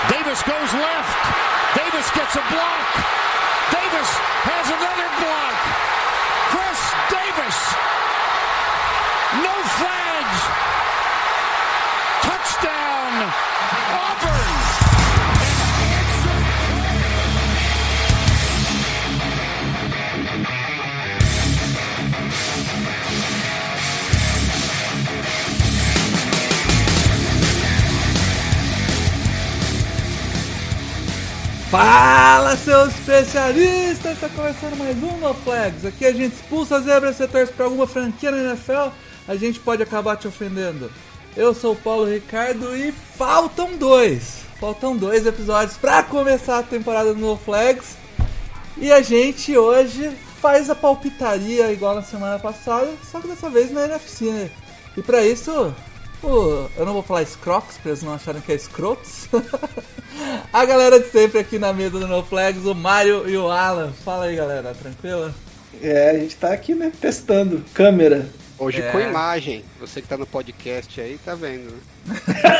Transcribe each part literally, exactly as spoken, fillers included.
Davis goes left. Davis gets a block. Davis has another block. Chris Davis. No flags. Touchdown. Auburn. Fala, seus especialistas! Está começando mais um No Flags. Aqui a gente expulsa a zebra, você torce para alguma franquia na N F L, a gente pode acabar te ofendendo. Eu sou o Paulo Ricardo e faltam dois. Faltam dois episódios para começar a temporada do No Flags. E a gente hoje faz a palpitaria igual na semana passada, só que dessa vez na N F C, né? E para isso, o, eu não vou falar Scrocs, para eles não acharem que é Scrots. A galera de sempre aqui na mesa do No Flags, o Mário e o Alan. Fala aí, galera, tranquila? É, a gente tá aqui, né, testando câmera. Hoje é. com imagem. Você que tá no podcast aí, tá vendo, né?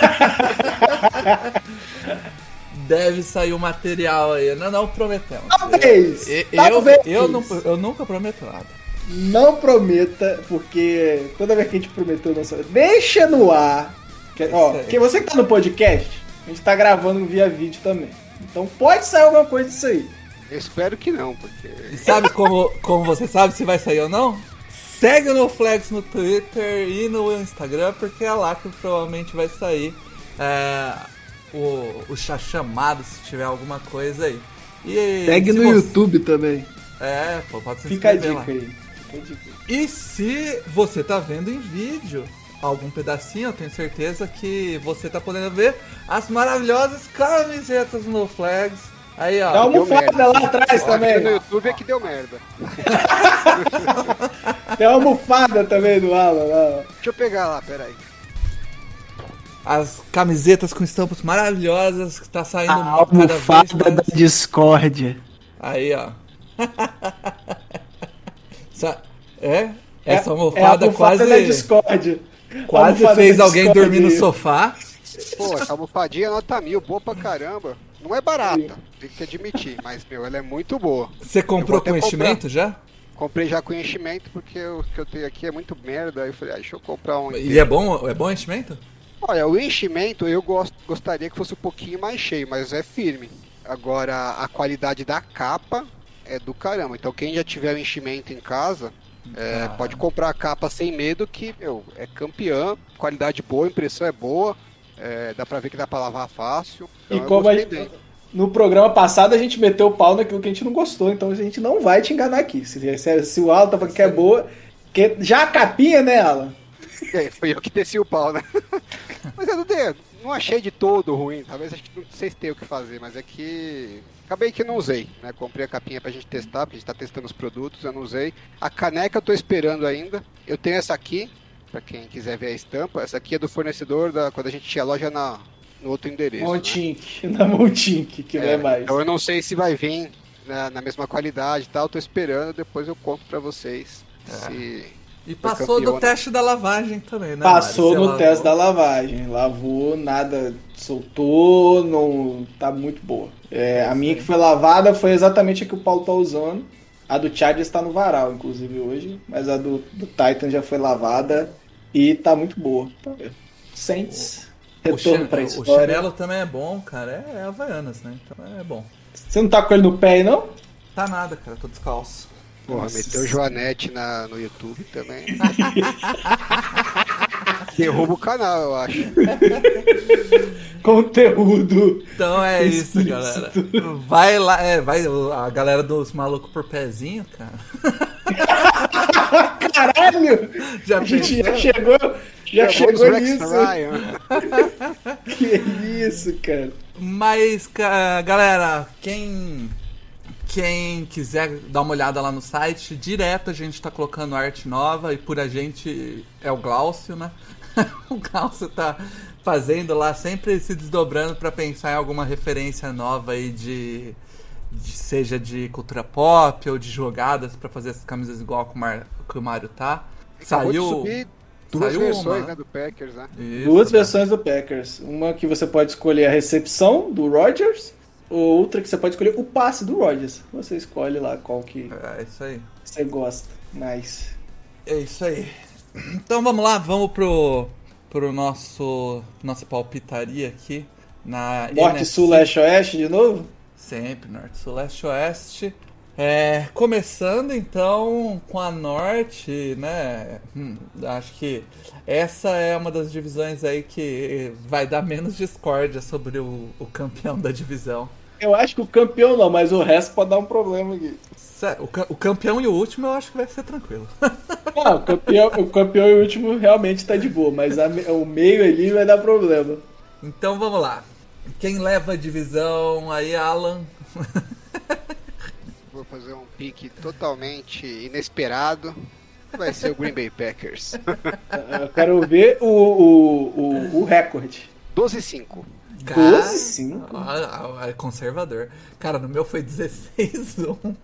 Deve sair o material aí. Não, não prometemos. Talvez! Eu, talvez. eu, eu, não, eu nunca prometo nada. Não prometa, porque toda vez que a gente prometeu, não sabe. Deixa no ar. Que, ó, que você que tá no podcast, a gente tá gravando via vídeo também. Então pode sair alguma coisa disso aí. Eu espero que não, porque... E sabe como, como você sabe se vai sair ou não? Segue o No Flags no Twitter e no Instagram, porque é lá que provavelmente vai sair é, o, o chamado, se tiver alguma coisa aí. E segue no você... YouTube também. É, pô, pode se Fica a inscrever dica lá. aí. Fica a dica. E se você tá vendo em vídeo algum pedacinho, eu tenho certeza que você tá podendo ver as maravilhosas camisetas do No Flags. Aí, ó. Dá uma almofada lá atrás Ó, também. no YouTube é que deu merda. Tem uma almofada também do Alan lá. Deixa eu pegar lá, peraí. As camisetas com estampas maravilhosas que tá saindo A cada vez almofada mais. da discórdia. Aí, ó. Essa... É? É, Essa é a almofada, almofada quase, da discórdia. quase Almofada fez da alguém discórdia dormir no aí. sofá. Pô, essa almofadinha nota mil, boa pra caramba. Não é barata, tem que admitir, mas, meu, ela é muito boa. Você comprou Eu vou até com enchimento já? Comprei já com enchimento, porque o que eu tenho aqui é muito merda. Aí eu falei, ah, deixa eu comprar um. E é bom, é bom enchimento? Olha, o enchimento eu gost, gostaria que fosse um pouquinho mais cheio, mas é firme. Agora, a qualidade da capa é do caramba. Então, quem já tiver o enchimento em casa, é, Ah. pode comprar a capa sem medo, que, meu, é campeã, qualidade boa, impressão é boa, é, dá pra ver que dá pra lavar fácil. Então, E eu como a gostei gente, dele. no programa passado a gente meteu o pau naquilo que a gente não gostou, então a gente não vai te enganar aqui. Se, se, se o Alan tá falando que é boa, que já a capinha, né, Alan? É, foi eu que desci o pau, né? Mas eu não, dei, não achei de todo ruim. Talvez acho que não sei se tem o que fazer, mas é que acabei que não usei, né? Comprei a capinha pra gente testar, porque a gente tá testando os produtos, eu não usei. A caneca eu tô esperando ainda. Eu tenho essa aqui, pra quem quiser ver a estampa. Essa aqui é do fornecedor da quando a gente tinha loja na, no outro endereço. Montink, né? Na Montink, que não é mais. Então eu não sei se vai vir na, na mesma qualidade e tal. Tô esperando, depois eu conto pra vocês. É. Se E foi passou campeão, do teste da lavagem também, né? Passou Mário? Você no lavou? teste da lavagem, lavou, nada soltou, não tá muito boa. É, a minha que foi lavada foi exatamente a que o Paulo tá usando. A do Chargers está no varal, inclusive, hoje, mas a do, do Titan já foi lavada e tá muito boa. Saints, O, retorno chin- pra o história. chinelo também é bom, cara. É, é Havaianas, né? Então é bom. Você não tá com ele no pé aí, não? Tá nada, cara. Tô descalço. Porra, Nossa. meteu o Joanete na, no YouTube também. Derruba o canal, eu acho. Conteúdo. Então é isso, galera. Vai lá, é, vai a galera dos malucos por pezinho, cara. Caralho! Já A gente já pensou? chegou, já Chamou os chegou Rex nisso. Ryan. Que isso, cara. Mas, ca- galera, quem quem quiser dar uma olhada lá no site, direto a gente tá colocando arte nova, e por a gente é o Glaucio, né? O Glaucio tá fazendo lá, sempre se desdobrando pra pensar em alguma referência nova aí de, de seja de cultura pop ou de jogadas pra fazer essas camisas igual que o, Mar, que o Mário tá. Acabou Saiu de subir Duas Saiu versões, uma. né, do Packers, né? Isso, Duas né? versões do Packers. Uma que você pode escolher a recepção do Rodgers, ou outra que você pode escolher o passe do Rodgers. Você escolhe lá qual que É isso aí. você gosta mais. É isso aí. Então vamos lá, vamos pro, pro nosso nossa palpitaria aqui na Norte, N F C. Sul, Leste, Oeste de novo? Sempre, Norte, Sul, Leste, Oeste. É, começando então com a Norte, né? Hum, acho que essa é uma das divisões aí que vai dar menos discórdia sobre o, o campeão da divisão. Eu acho que o campeão não, mas o resto pode dar um problema aqui. Sé- O, ca- o campeão e o último eu acho que vai ser tranquilo. Não, o campeão, o campeão e o último realmente tá de boa, mas a me- o meio ali vai dar problema. Então vamos lá. Quem leva a divisão aí, Alan? Vou fazer um pique totalmente inesperado. Vai ser o Green Bay Packers. Eu quero ver o, o, o, o recorde. doze a cinco. doze, cinco. Ah, ah, é conservador. Cara, no meu foi dezesseis a um.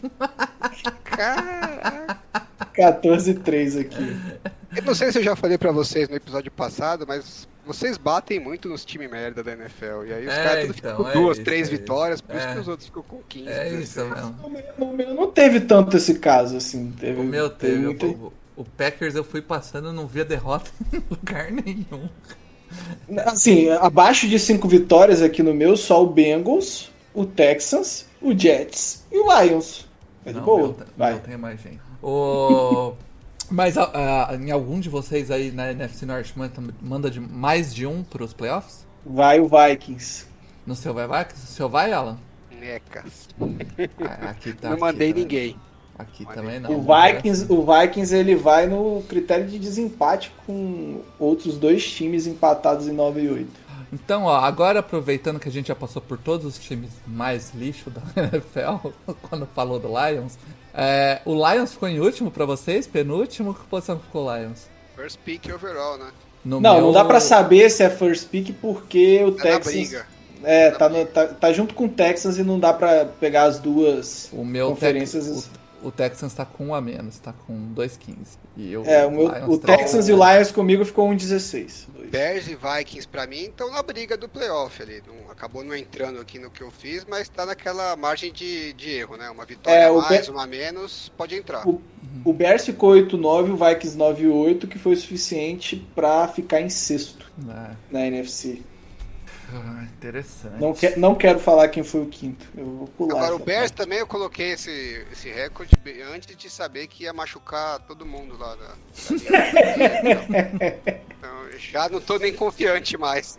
Caraca. quatorze a três aqui. Eu não sei se eu já falei pra vocês no episódio passado, mas vocês batem muito nos times merda da N F L. E aí os É, caras tudo então, ficam com é duas, isso, três é vitórias, isso. por isso É. que os outros ficam com quinze. É isso dezesseis. mesmo. No meu, no meu não teve tanto esse caso, assim. Teve, O meu teve. muita- O, o Packers eu fui passando e não via derrota em lugar nenhum. Assim, abaixo de cinco vitórias aqui no meu, só o Bengals, o Texans, o Jets e o Lions. É de Não, boa? meu, Vai. não tem mais gente. O... Mas ah, ah, em algum de vocês aí na N F C Norte manda, manda de mais de um pros playoffs? Vai o Vikings. No seu vai, vai? No seu vai, Alan? Necas. Ah, aqui tá. Não aqui mandei também. ninguém. Aqui Mandei. também não. O não Vikings, o Vikings ele vai no critério de desempate com outros dois times empatados em nove e oito. Então, ó, agora aproveitando que a gente já passou por todos os times mais lixo da N F L, quando falou do Lions, é, o Lions ficou em último pra vocês? Penúltimo? Que posição que ficou o Lions? First pick overall, né? No Não, meu- não dá pra saber se é first pick porque o Tá na Texans briga. é, Tá tá, na no- tá, tá junto com o Texans e não dá pra pegar as duas O meu conferências. Tex- o, o Texans tá com um a menos, tá com dois quinze. E eu, É, o, meu, Lions o tá- Texans e o Lions comigo ficou um dezesseis. Dois. Bears e Vikings pra mim estão na briga do playoff ali. Não, acabou não entrando aqui no que eu fiz, mas tá naquela margem de, de erro, né? Uma vitória É, a o mais, Be- uma a menos, pode entrar. O, o Bears ficou oito a nove, o Vikings nove a oito, que foi o suficiente pra ficar em sexto Ah, na N F C. ah, interessante. Não, que, não quero falar quem foi o quinto. Eu vou pular. Agora, o essa Bears parte. também eu coloquei esse, esse recorde be- antes de saber que ia machucar todo mundo lá da, da liga. Então, já não tô nem confiante mais.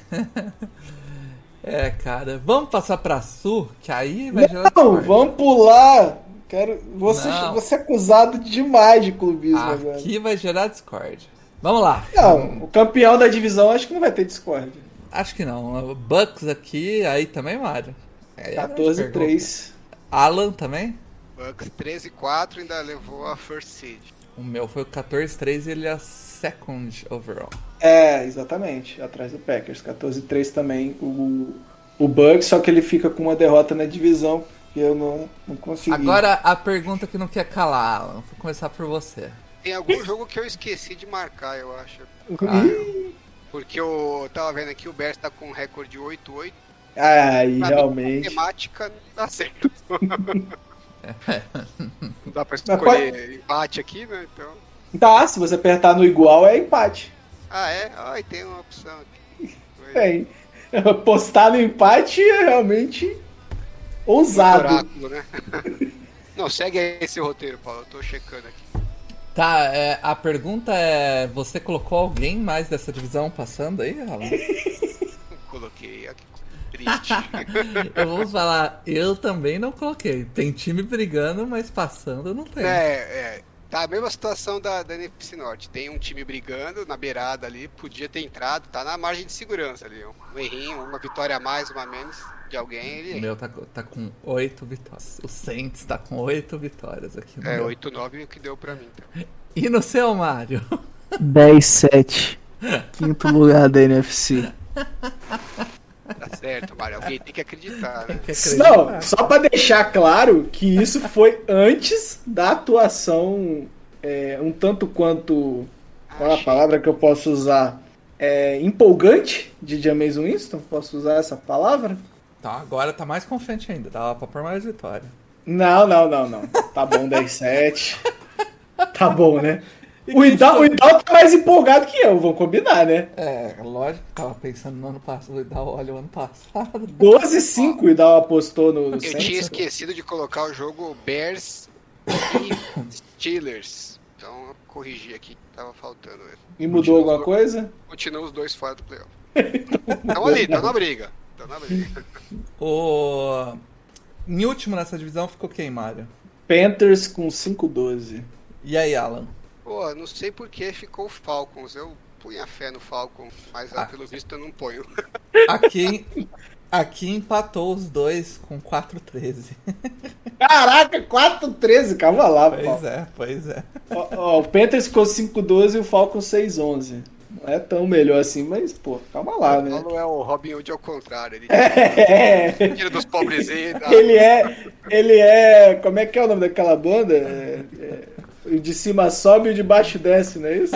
É, cara, vamos passar pra Sul, que aí vai gerar Não, discórdia. vamos pular. Quero. Você, Não. você é acusado demais de clubismo agora. Aqui vai gerar discórdia. Vamos lá. Não, o campeão da divisão acho que não vai ter Discord. Acho que não. Bucks aqui, aí também, Mário. Aí a quatorze a gente três. pergunta. Alan também? Bucks treze a quatro ainda levou a first seed. O meu foi o quatorze a três e ele é second overall. É, exatamente. Atrás do Packers. quatorze a três também. O, o Bucks, só que ele fica com uma derrota na divisão. E eu não, não consegui. Agora a pergunta que não quer calar, Alan. Vou começar por você. Tem algum jogo que eu esqueci de marcar, eu acho. Ih, Porque eu tava vendo aqui, o Bears tá com um recorde oito a oito. Aí, Pra mim, realmente. matemática não dá certo. Não dá pra Mas escolher empate aqui, né? Então... Tá, se você apertar no igual, é empate. Ah, é? Ai, tem uma opção aqui. Tem. Postar no empate é realmente ousado. Oráculo, né? Não, segue aí esse roteiro, Paulo. Eu tô checando aqui. Tá, é, a pergunta é: você colocou alguém mais dessa divisão passando aí, Alan? Coloquei aqui. Triste. Eu vou falar, eu também não coloquei. Tem time brigando, mas passando não tem. É, é. Tá a mesma situação da, da N F C Norte. Tem um time brigando na beirada ali, podia ter entrado, tá na margem de segurança ali. Um errinho, uma vitória a mais, uma a menos de alguém. Ele... O meu tá, tá com oito vitórias. O Saints tá com oito vitórias aqui no É, meu. oito a nove o que deu pra mim. Então. E no seu, Mário? dez a sete. Quinto lugar da N F C. Tá certo, Mário. Alguém tem que acreditar, né? Quer acreditar? Não, só pra deixar claro que isso foi antes da atuação é, um tanto quanto Qual a palavra que eu posso usar? É, empolgante de Jameis Winston? Posso usar essa palavra? Tá, agora tá mais confiante ainda. Dá pra pôr mais vitória. Não, não, não, não. Tá bom, dez sete. Tá bom, né? O Idal, o Idal tá mais empolgado que eu, vamos combinar, né? É, lógico que tava pensando no ano passado. O Idal olha o ano passado. doze a cinco o Idal apostou no Eu Saints. tinha esquecido de colocar o jogo Bears e Steelers. Então eu corrigi aqui, tava faltando. E mudou alguma coisa? Continuam os dois fora do playoff. Estão ali, estão na briga. Estão na briga. O... Em último nessa divisão ficou quem, Mário? Panthers com cinco a doze. E aí, Alan? Pô, não sei por que ficou o Falcons. Eu punha fé no Falcons, mas ah. pelo visto eu não ponho. Aqui, aqui empatou os dois com quatro a treze. Caraca, quatro a treze, calma lá, Pois pô. é, pois é. Ó, ó, o Panthers ficou cinco a doze e o Falcons seis a onze. Não é tão melhor assim, mas, pô, calma lá, né? Não é o Robin Hood ao contrário. Ele É, tira dos pobrezinhos. Tá? ele é, ele é, como é que é o nome daquela banda? É, é, o de cima sobe e o de baixo desce, não é isso?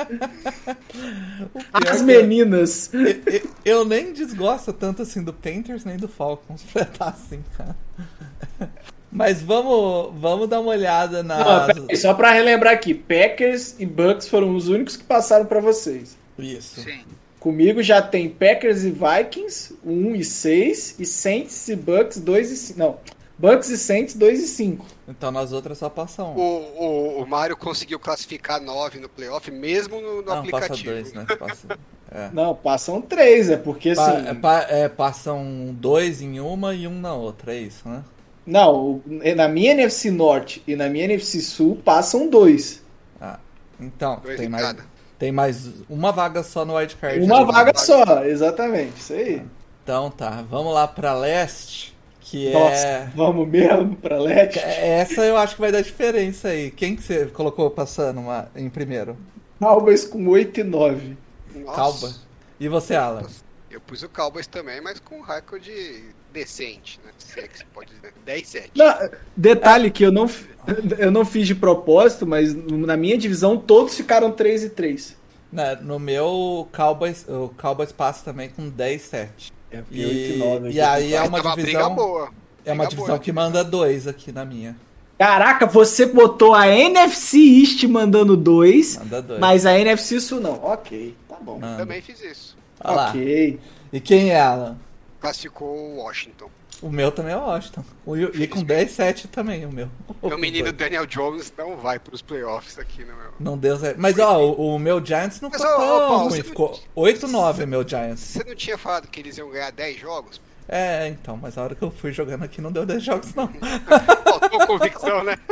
As meninas. Eu, eu, eu nem desgosto tanto assim do Panthers nem do Falcons pra estar assim, cara. Mas vamos, vamos dar uma olhada na. Não, peraí, só pra relembrar aqui, Packers e Bucks foram os únicos que passaram pra vocês. Isso. Sim. Comigo já tem Packers e Vikings, um e seis, e Saints e Bucks, dois e cinco. Não, Bucks e Saints, dois e cinco. Então nas outras só passa um. O, o, o Mário conseguiu classificar nove no playoff, mesmo no, no Não, aplicativo. passa dois, né? Passa, é. Não, passam três, é porque Pa- assim... é, pa- é, passam dois em uma e um na outra, é isso, né? Não, o- na minha N F C Norte e na minha N F C Sul passam dois. Ah, então, Dois tem em mais, cada. tem mais uma vaga só no wildcard. Uma né? vaga só, exatamente, isso aí. Então tá, vamos lá pra leste, que Nossa, é... vamos mesmo pra Leste? Essa eu acho que vai dar diferença aí. Quem que você colocou passando uma, em primeiro? Cowboys com oito e nove. Nossa. Calba. E você, Alan? Eu pus o Cowboys também, mas com um recorde decente, né? Se é que se pode dizer. dez a sete. Não, detalhe que eu não, fi- eu não fiz de propósito, mas na minha divisão todos ficaram três e três. Na- No meu, o Cowboys, o Cowboys passa também com dez a sete. É, porque E, oito e nove aqui. e aí é Mas uma tava briga divisão... boa. É uma Briga divisão boa, que manda dois aqui na minha. Caraca, você botou a N F C East mandando dois, Manda dois. mas a N F C Sul não. Ok, tá bom. Manda. Também fiz isso. Olha lá. Ok. E quem é, Alan? Classificou o Washington. O meu também é o Washington. O- E com dez a sete também, o meu. O menino Daniel Jones não vai pros playoffs aqui, né, meu? Não deu zero. Mas ó, o, o meu Giants não Mas, ficou ô, tão ô, Paulo, ruim. você não- Ficou oito a nove meu Giants. Você não tinha falado que eles iam ganhar dez jogos? É, então, mas a hora que eu fui jogando aqui não deu dez jogos, não. Faltou convicção, né?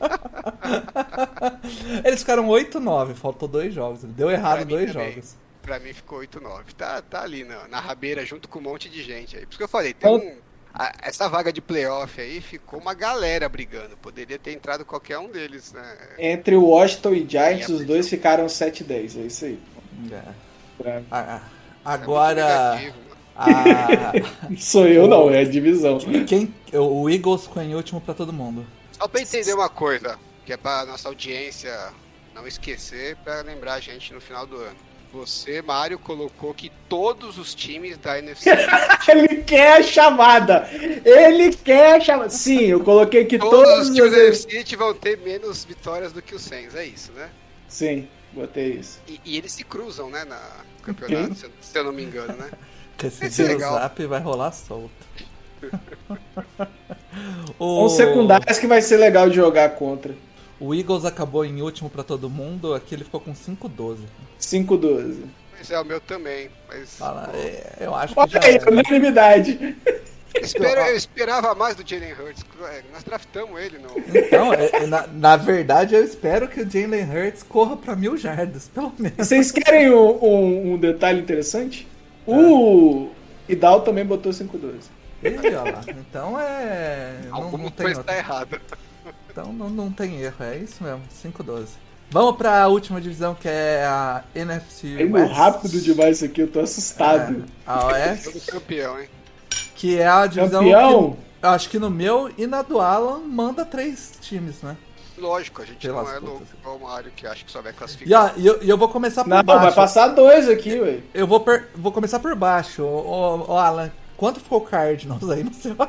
Eles ficaram oito a nove, faltou dois jogos. Deu errado Pra mim dois também. jogos. Pra mim ficou oito a nove. Tá, tá ali na, na rabeira junto com um monte de gente aí. Por isso que eu falei, tem um, a- essa vaga de playoff aí ficou uma galera brigando. Poderia ter entrado qualquer um deles, né? Entre o Washington e Giants, É, os dois ficaram sete e dez. É isso aí. É. Pra- A- a- É Agora. muito negativo, né? a- Sou eu não, é a divisão. quem, o Eagles ficou em último pra todo mundo. Só pra entender uma coisa, que é pra nossa audiência não esquecer, pra lembrar a gente no final do ano. Você, Mário, colocou que todos os times da N F C Ele quer a chamada. Ele quer a chamada. Sim, eu coloquei que todos todos os times da N F os... C vão ter menos vitórias do que os Saints, é isso, né? Sim, botei isso. E, e eles se cruzam, né, na no campeonato, se, eu- se eu não me engano, né? Que esse Esse é vírus legal. zap vai rolar solto. São o, secundárias que vai ser legal de jogar contra. o Eagles acabou em último pra todo mundo, aqui ele ficou com cinco a doze. cinco a doze. Pois é, o meu também, mas... Fala, pô, é, eu acho que Olha já aí, era. unanimidade. eu, espero- eu esperava mais do Jalen Hurts, é, nós draftamos ele no... Então, é- é, na, na verdade, eu espero que o Jalen Hurts corra pra mil jardas, pelo menos. Vocês querem um, um- um detalhe interessante? O Idal também botou cinco a doze. Ih, olha lá. Então é. Não, Alguma não tem coisa outra. tá errada. Então não, não tem erro, é isso mesmo, cinco a doze. Vamos pra última divisão que é a N F C É West. rápido demais isso aqui, eu tô assustado. É, a Oeste, Jogo campeão, hein? que é a divisão Campeão? que eu acho que no meu e na do Alan manda três times, né? Lógico, a gente Pelas não é putas. louco igual o Mário, que acha que só vai E, classificar. ó, e eu, e eu vou começar por Não, baixo. vai passar dois aqui, ué. Eu vou, per- vou começar por baixo. Ô, ô, ô, Alan, quanto ficou o Cardinals aí no seu?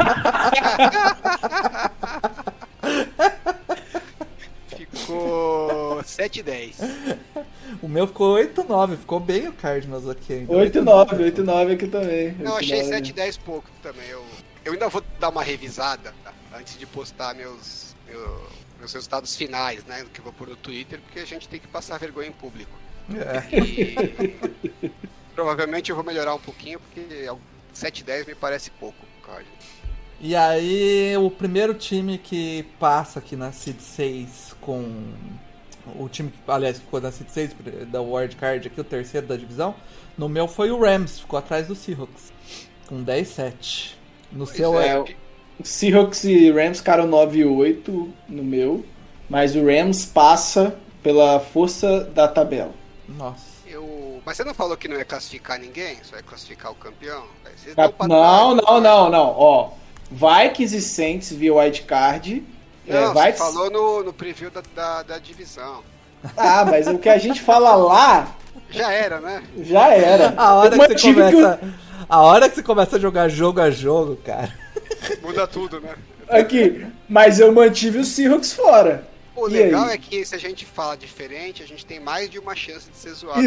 Ficou sete a dez. O meu ficou oito a nove. Ficou bem o Cardinals aqui ainda. oito a nove, oito a nove aqui também. Não, oito a achei nove. sete a dez pouco também. Eu, eu ainda vou dar uma revisada tá? Antes de postar meus, meu- meus resultados finais, né? Que eu vou pôr no Twitter, porque a gente tem que passar vergonha em público. É. E provavelmente eu vou melhorar um pouquinho, porque sete a dez me parece pouco, Cardinals. E aí, o primeiro time que passa aqui na Seed seis com... O time que, aliás, que ficou na Seed seis da Wild Card aqui, o terceiro da divisão. No meu foi o Rams, ficou atrás do Seahawks, com dez a sete. No Pois seu é, é... o Seahawks e Rams ficaram nove a oito no meu, mas o Rams passa pela força da tabela. Nossa. Eu... Mas você não falou que não ia classificar ninguém? Só ia classificar o campeão? Aí vocês Não, dão pra não, trás. não, não, não. Ó, Vikings e Saints via Wild Card. Não, é, você Vikings... falou no, no preview da, da, da divisão. Ah, mas o que a gente fala lá Já era, né? já era. A hora Eu que você mantive começa... A hora que você começa a jogar jogo a jogo, cara. Muda tudo, né? eu- Aqui, mas eu mantive os Seahawks fora. O E legal aí? é que se a gente fala diferente, a gente tem mais de uma chance de ser zoado.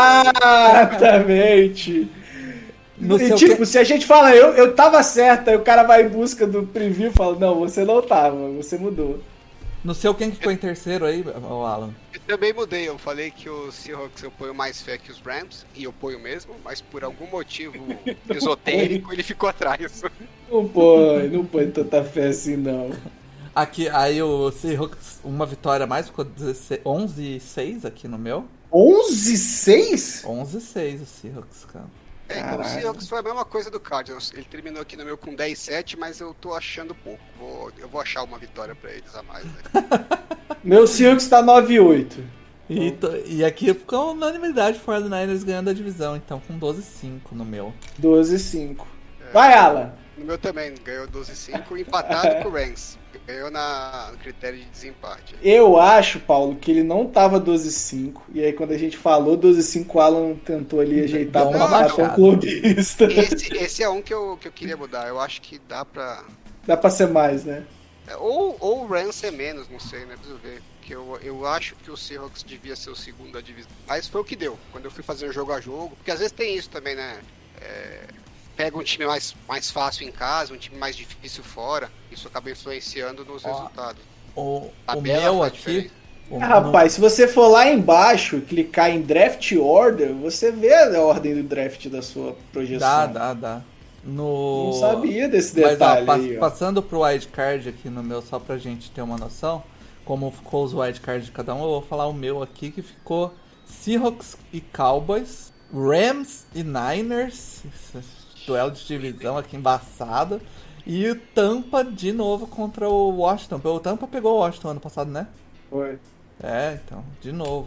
Exatamente. No E, seu tipo, que- se a gente fala, eu, eu tava certo, aí o cara vai em busca do preview e fala, não, você não tava, você mudou. No seu, quem que ficou em terceiro aí, o Alan? Eu também mudei, eu falei que o Seahawks eu ponho mais fé que os Rams, e eu ponho mesmo, mas por algum motivo esotérico ele ficou atrás. Não põe, não põe tanta fé assim, não. Aqui, aí o Seahawks, uma vitória a mais, ficou dezesseis, onze a seis aqui no meu. onze a seis? onze a seis o Seahawks, cara. É, então o Caralho. Seahawks foi a mesma coisa do Cardinals. Ele terminou aqui no meu com dez a sete, mas eu tô achando pouco. Vou- eu vou achar uma vitória pra eles a mais. Né? Meu Seahawks tá nove a oito. E, to- e aqui ficou unanimidade, o forty-niners ganhando a divisão, então com doze a cinco no meu. doze a cinco. Vai, Alan. No meu também, ganhou doze a cinco, empatado com o Rams. Ganhou na, no critério de desempate. Eu acho, Paulo, que ele não tava doze a cinco. E aí, quando a gente falou doze a cinco, o Alan tentou ali ajeitar Deu pra uma matar um baixada. clubista. Esse, esse é um que eu, que eu queria mudar. Eu acho que dá pra. Dá pra ser mais, né? Ou, ou o Rams é menos, não sei, né? Preciso ver. Porque eu, eu acho que o Seahawks devia ser o segundo da divisão. Mas foi o que deu, quando eu fui fazer um jogo a jogo. Porque às vezes tem isso também, né? É, pega um time mais, mais fácil em casa, um time mais difícil fora. Isso acaba influenciando nos Ó, resultados. O, o Tabela meu faz aqui... diferença. o- Ah, rapaz, se você for lá embaixo e clicar em Draft Order, você vê a ordem do draft da sua projeção. Dá, dá, dá. No... Não sabia desse Mas, ó, detalhe pa- aí, ó. passando pro wildcard aqui no meu, só pra gente ter uma noção, como ficou os wildcards de cada um, eu vou falar o meu aqui, que ficou Seahawks e Cowboys, Rams e Niners, esse duelo de divisão aqui embaçado, e o Tampa de novo contra o Washington. O Tampa pegou o Washington ano passado, né? Foi. É, então, de novo.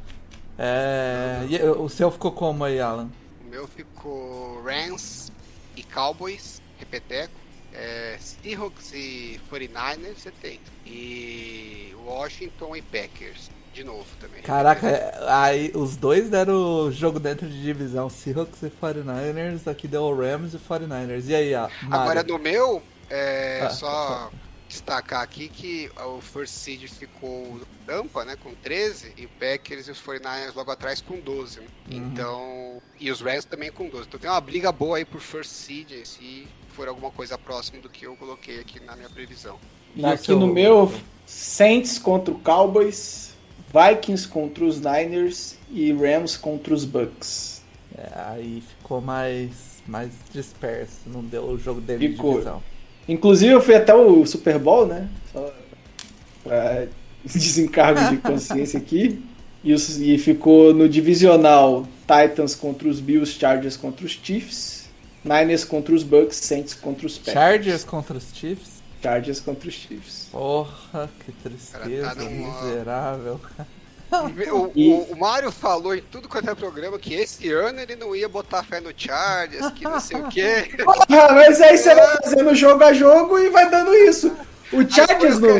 É... E o seu ficou como aí, Alan? O meu ficou Rams e Cowboys, repeteco. É, Seahawks e forty-niners você tem. E Washington e Packers, de novo também. Caraca, é, aí os dois deram o jogo dentro de divisão, Seahawks e forty-niners, aqui deu o Rams e forty-niners. E aí, ó, Mário? Agora no meu, é Ah, só destacar aqui que o First Seed ficou o Tampa, né, com treze, e o Packers e os forty-niners logo atrás com doze. Né? Uhum. Então, e os Rams também com doze. Então tem uma briga boa aí por First Seed, se for alguma coisa próxima do que eu coloquei aqui na minha previsão. E o Aqui seu- no meu, Saints contra o Cowboys, Vikings contra os Niners e Rams contra os Bucks. É, aí ficou mais, mais disperso, não deu o jogo dele Ficou. de divisão. Inclusive eu fui até o Super Bowl, né? Só pra desencargo de consciência aqui. E, os- e ficou no divisional Titans contra os Bills, Chargers contra os Chiefs, Niners contra os Bucks, Saints contra os Packers. Chargers contra os Chiefs? Chargers contra os Chiefs. Porra, que tristeza, Cara, tá numa- miserável. O, E- o, o Mário falou em tudo quanto é programa que esse ano ele não ia botar fé no Chargers, que não sei o quê. Ah, mas aí você vai fazendo jogo a jogo e vai dando isso. O Chargers foi o no,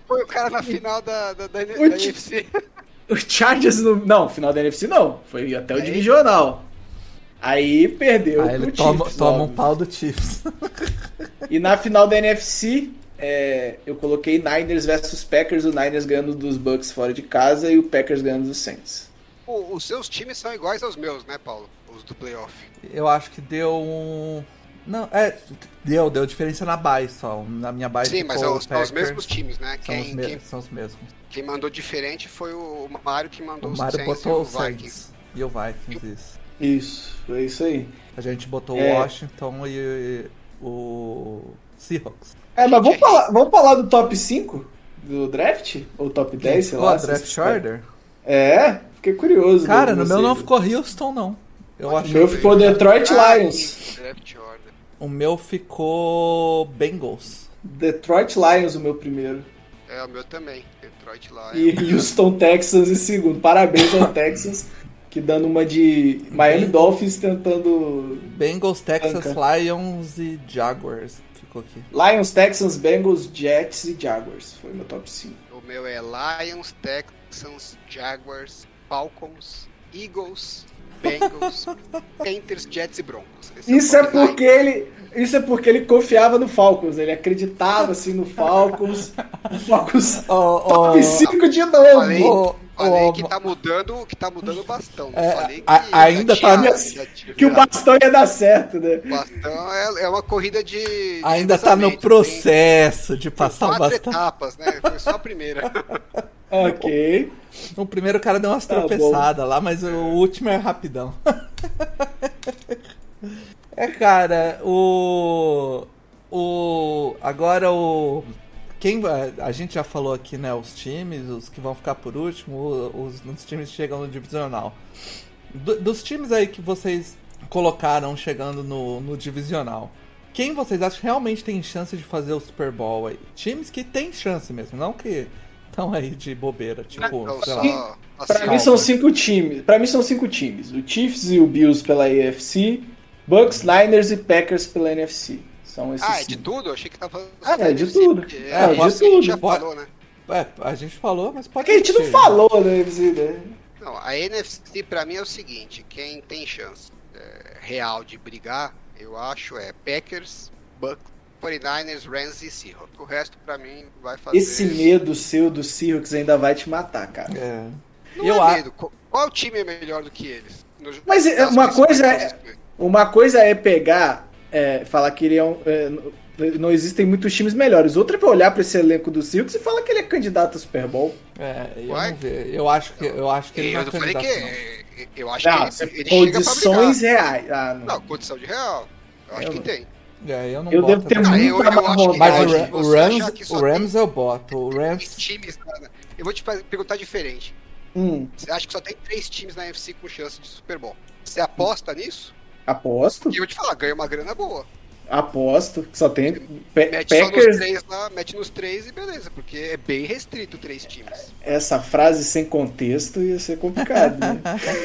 Foi o cara na final da, da, da, da O N F C. O Chargers no... Não, final da N F C não. Foi até o Aí? divisional. Aí perdeu Aí ele pro toma, Chiefs, toma um óbvio. pau do Chiefs. E na final da N F C, é, eu coloquei Niners versus Packers, o Niners ganhando dos Bucks fora de casa e o Packers ganhando dos Saints. O- os seus times são iguais aos meus, né, Paulo? Os do playoff. Eu acho que deu um... Não, é, deu, deu diferença na bye só. Na minha bye Sim, ficou mas são o os, são os Packers. mesmos times, né? São, os Quem, me- quem, são os mesmos. quem mandou diferente foi o Mário que mandou O os Mario Saints botou e o o Vikings. Saints e o Vikings, isso. Isso, foi isso aí. A gente botou o É. Washington e, e o Seahawks. É, mas vamos falar, vamos falar do top cinco do draft? Ou top dez, sei Ó, lá. draft vocês- order? É, fiquei curioso. Cara, de no meu vocês. não ficou Houston, não. Eu O achei. meu ficou Detroit Ah, Lions. Draft order. O meu ficou Bengals. Detroit Lions, o meu primeiro. É, o meu também. Detroit lá. E Houston Texans em segundo. Parabéns ao Texans, que dando uma de Miami Dolphins tentando... Bengals, Texas, Tanca. Lions e Jaguars. Ficou aqui. Lions, Texans, Bengals, Jets e Jaguars. Foi meu top cinco. O meu é Lions, Texans, Jaguars, Falcons, Eagles, Bengals, Panthers, Jets e Broncos. Esse Isso o é top porque nine. ele... Isso é porque ele confiava no Falcons, ele acreditava assim no Falcons. O Falcons Ó, top ó, cinco de novo. Falei, Ô, falei ô, que tá mudando, que tá mudando o bastão. Não É, falei que a- ainda já tá tinha- nesse- já tinha Que o virado. bastão ia dar certo, né? O bastão é, é uma corrida de. de ainda tá no revezamento. processo de Tem passar o quatro bastão. etapas, né? Foi só a primeira. Ok. O primeiro cara deu umas Tá tropeçadas lá, mas o último é rapidão. É, cara, o. O. Agora o. Quem vai. A gente já falou aqui, né? Os times, os que vão ficar por último, os, os times que chegam no divisional. Do- dos times aí que vocês colocaram chegando no, no divisional, quem vocês acham que realmente tem chance de fazer o Super Bowl aí? Times que tem chance mesmo, não que estão aí de bobeira, tipo, Então, sei lá. só, Pra assim, mim são cinco times. Para mim são cinco times. O Chiefs e o Bills pela A F C, Bucks, Niners e Packers pela N F C. São esses Ah, é de cinco. tudo? Eu achei que tava. Ah, é de tudo. É, É, de de tudo. Já tudo. falou, né? É, a gente falou, mas É pode que a gente não repetir. falou da N F C, né? Não, a N F C pra mim é o seguinte: quem tem chance é, real de brigar, eu acho, é Packers, Bucks, forty-niners, Rams e Seahawks. O resto pra mim vai fazer. Esse medo seu do Seahawks ainda vai te matar, cara. É. Não Eu é acho. medo. Qual, qual time é melhor do que eles? No- Mas é, nas uma principais coisa é- jogos? Uma coisa é pegar, é, falar que ele é um, é, não existem muitos times melhores. Outra é pra olhar pra esse elenco do Seahawks e falar que ele é candidato a Super Bowl. É, eu Uai? não vejo. Eu acho que, eu acho que ele não Eu é não falei que. candidato, não. é, Eu acho Não, que você- ele, ele chega pra condições brigar. reais. Ah, não. Não, condição de real. Eu acho Eu que não. tem. É, eu não Eu boto devo ter essa- Ah, eu- muita eu má acho que- Mas vontade. o, acho Ra- que o você Rams, achar que só o tem- Rams eu boto. O Três Rams. times. na- Eu vou te fazer- perguntar diferente. Hum, Você acha que só tem três times na N F C com chance de Super Bowl? Você aposta nisso? aposto. E eu vou te falar, ganha uma grana boa. Aposto. Que só tem Pe- Mete só nos Packers. três lá, mete nos três e beleza, porque é bem restrito três times. Essa frase sem contexto ia ser complicado, né?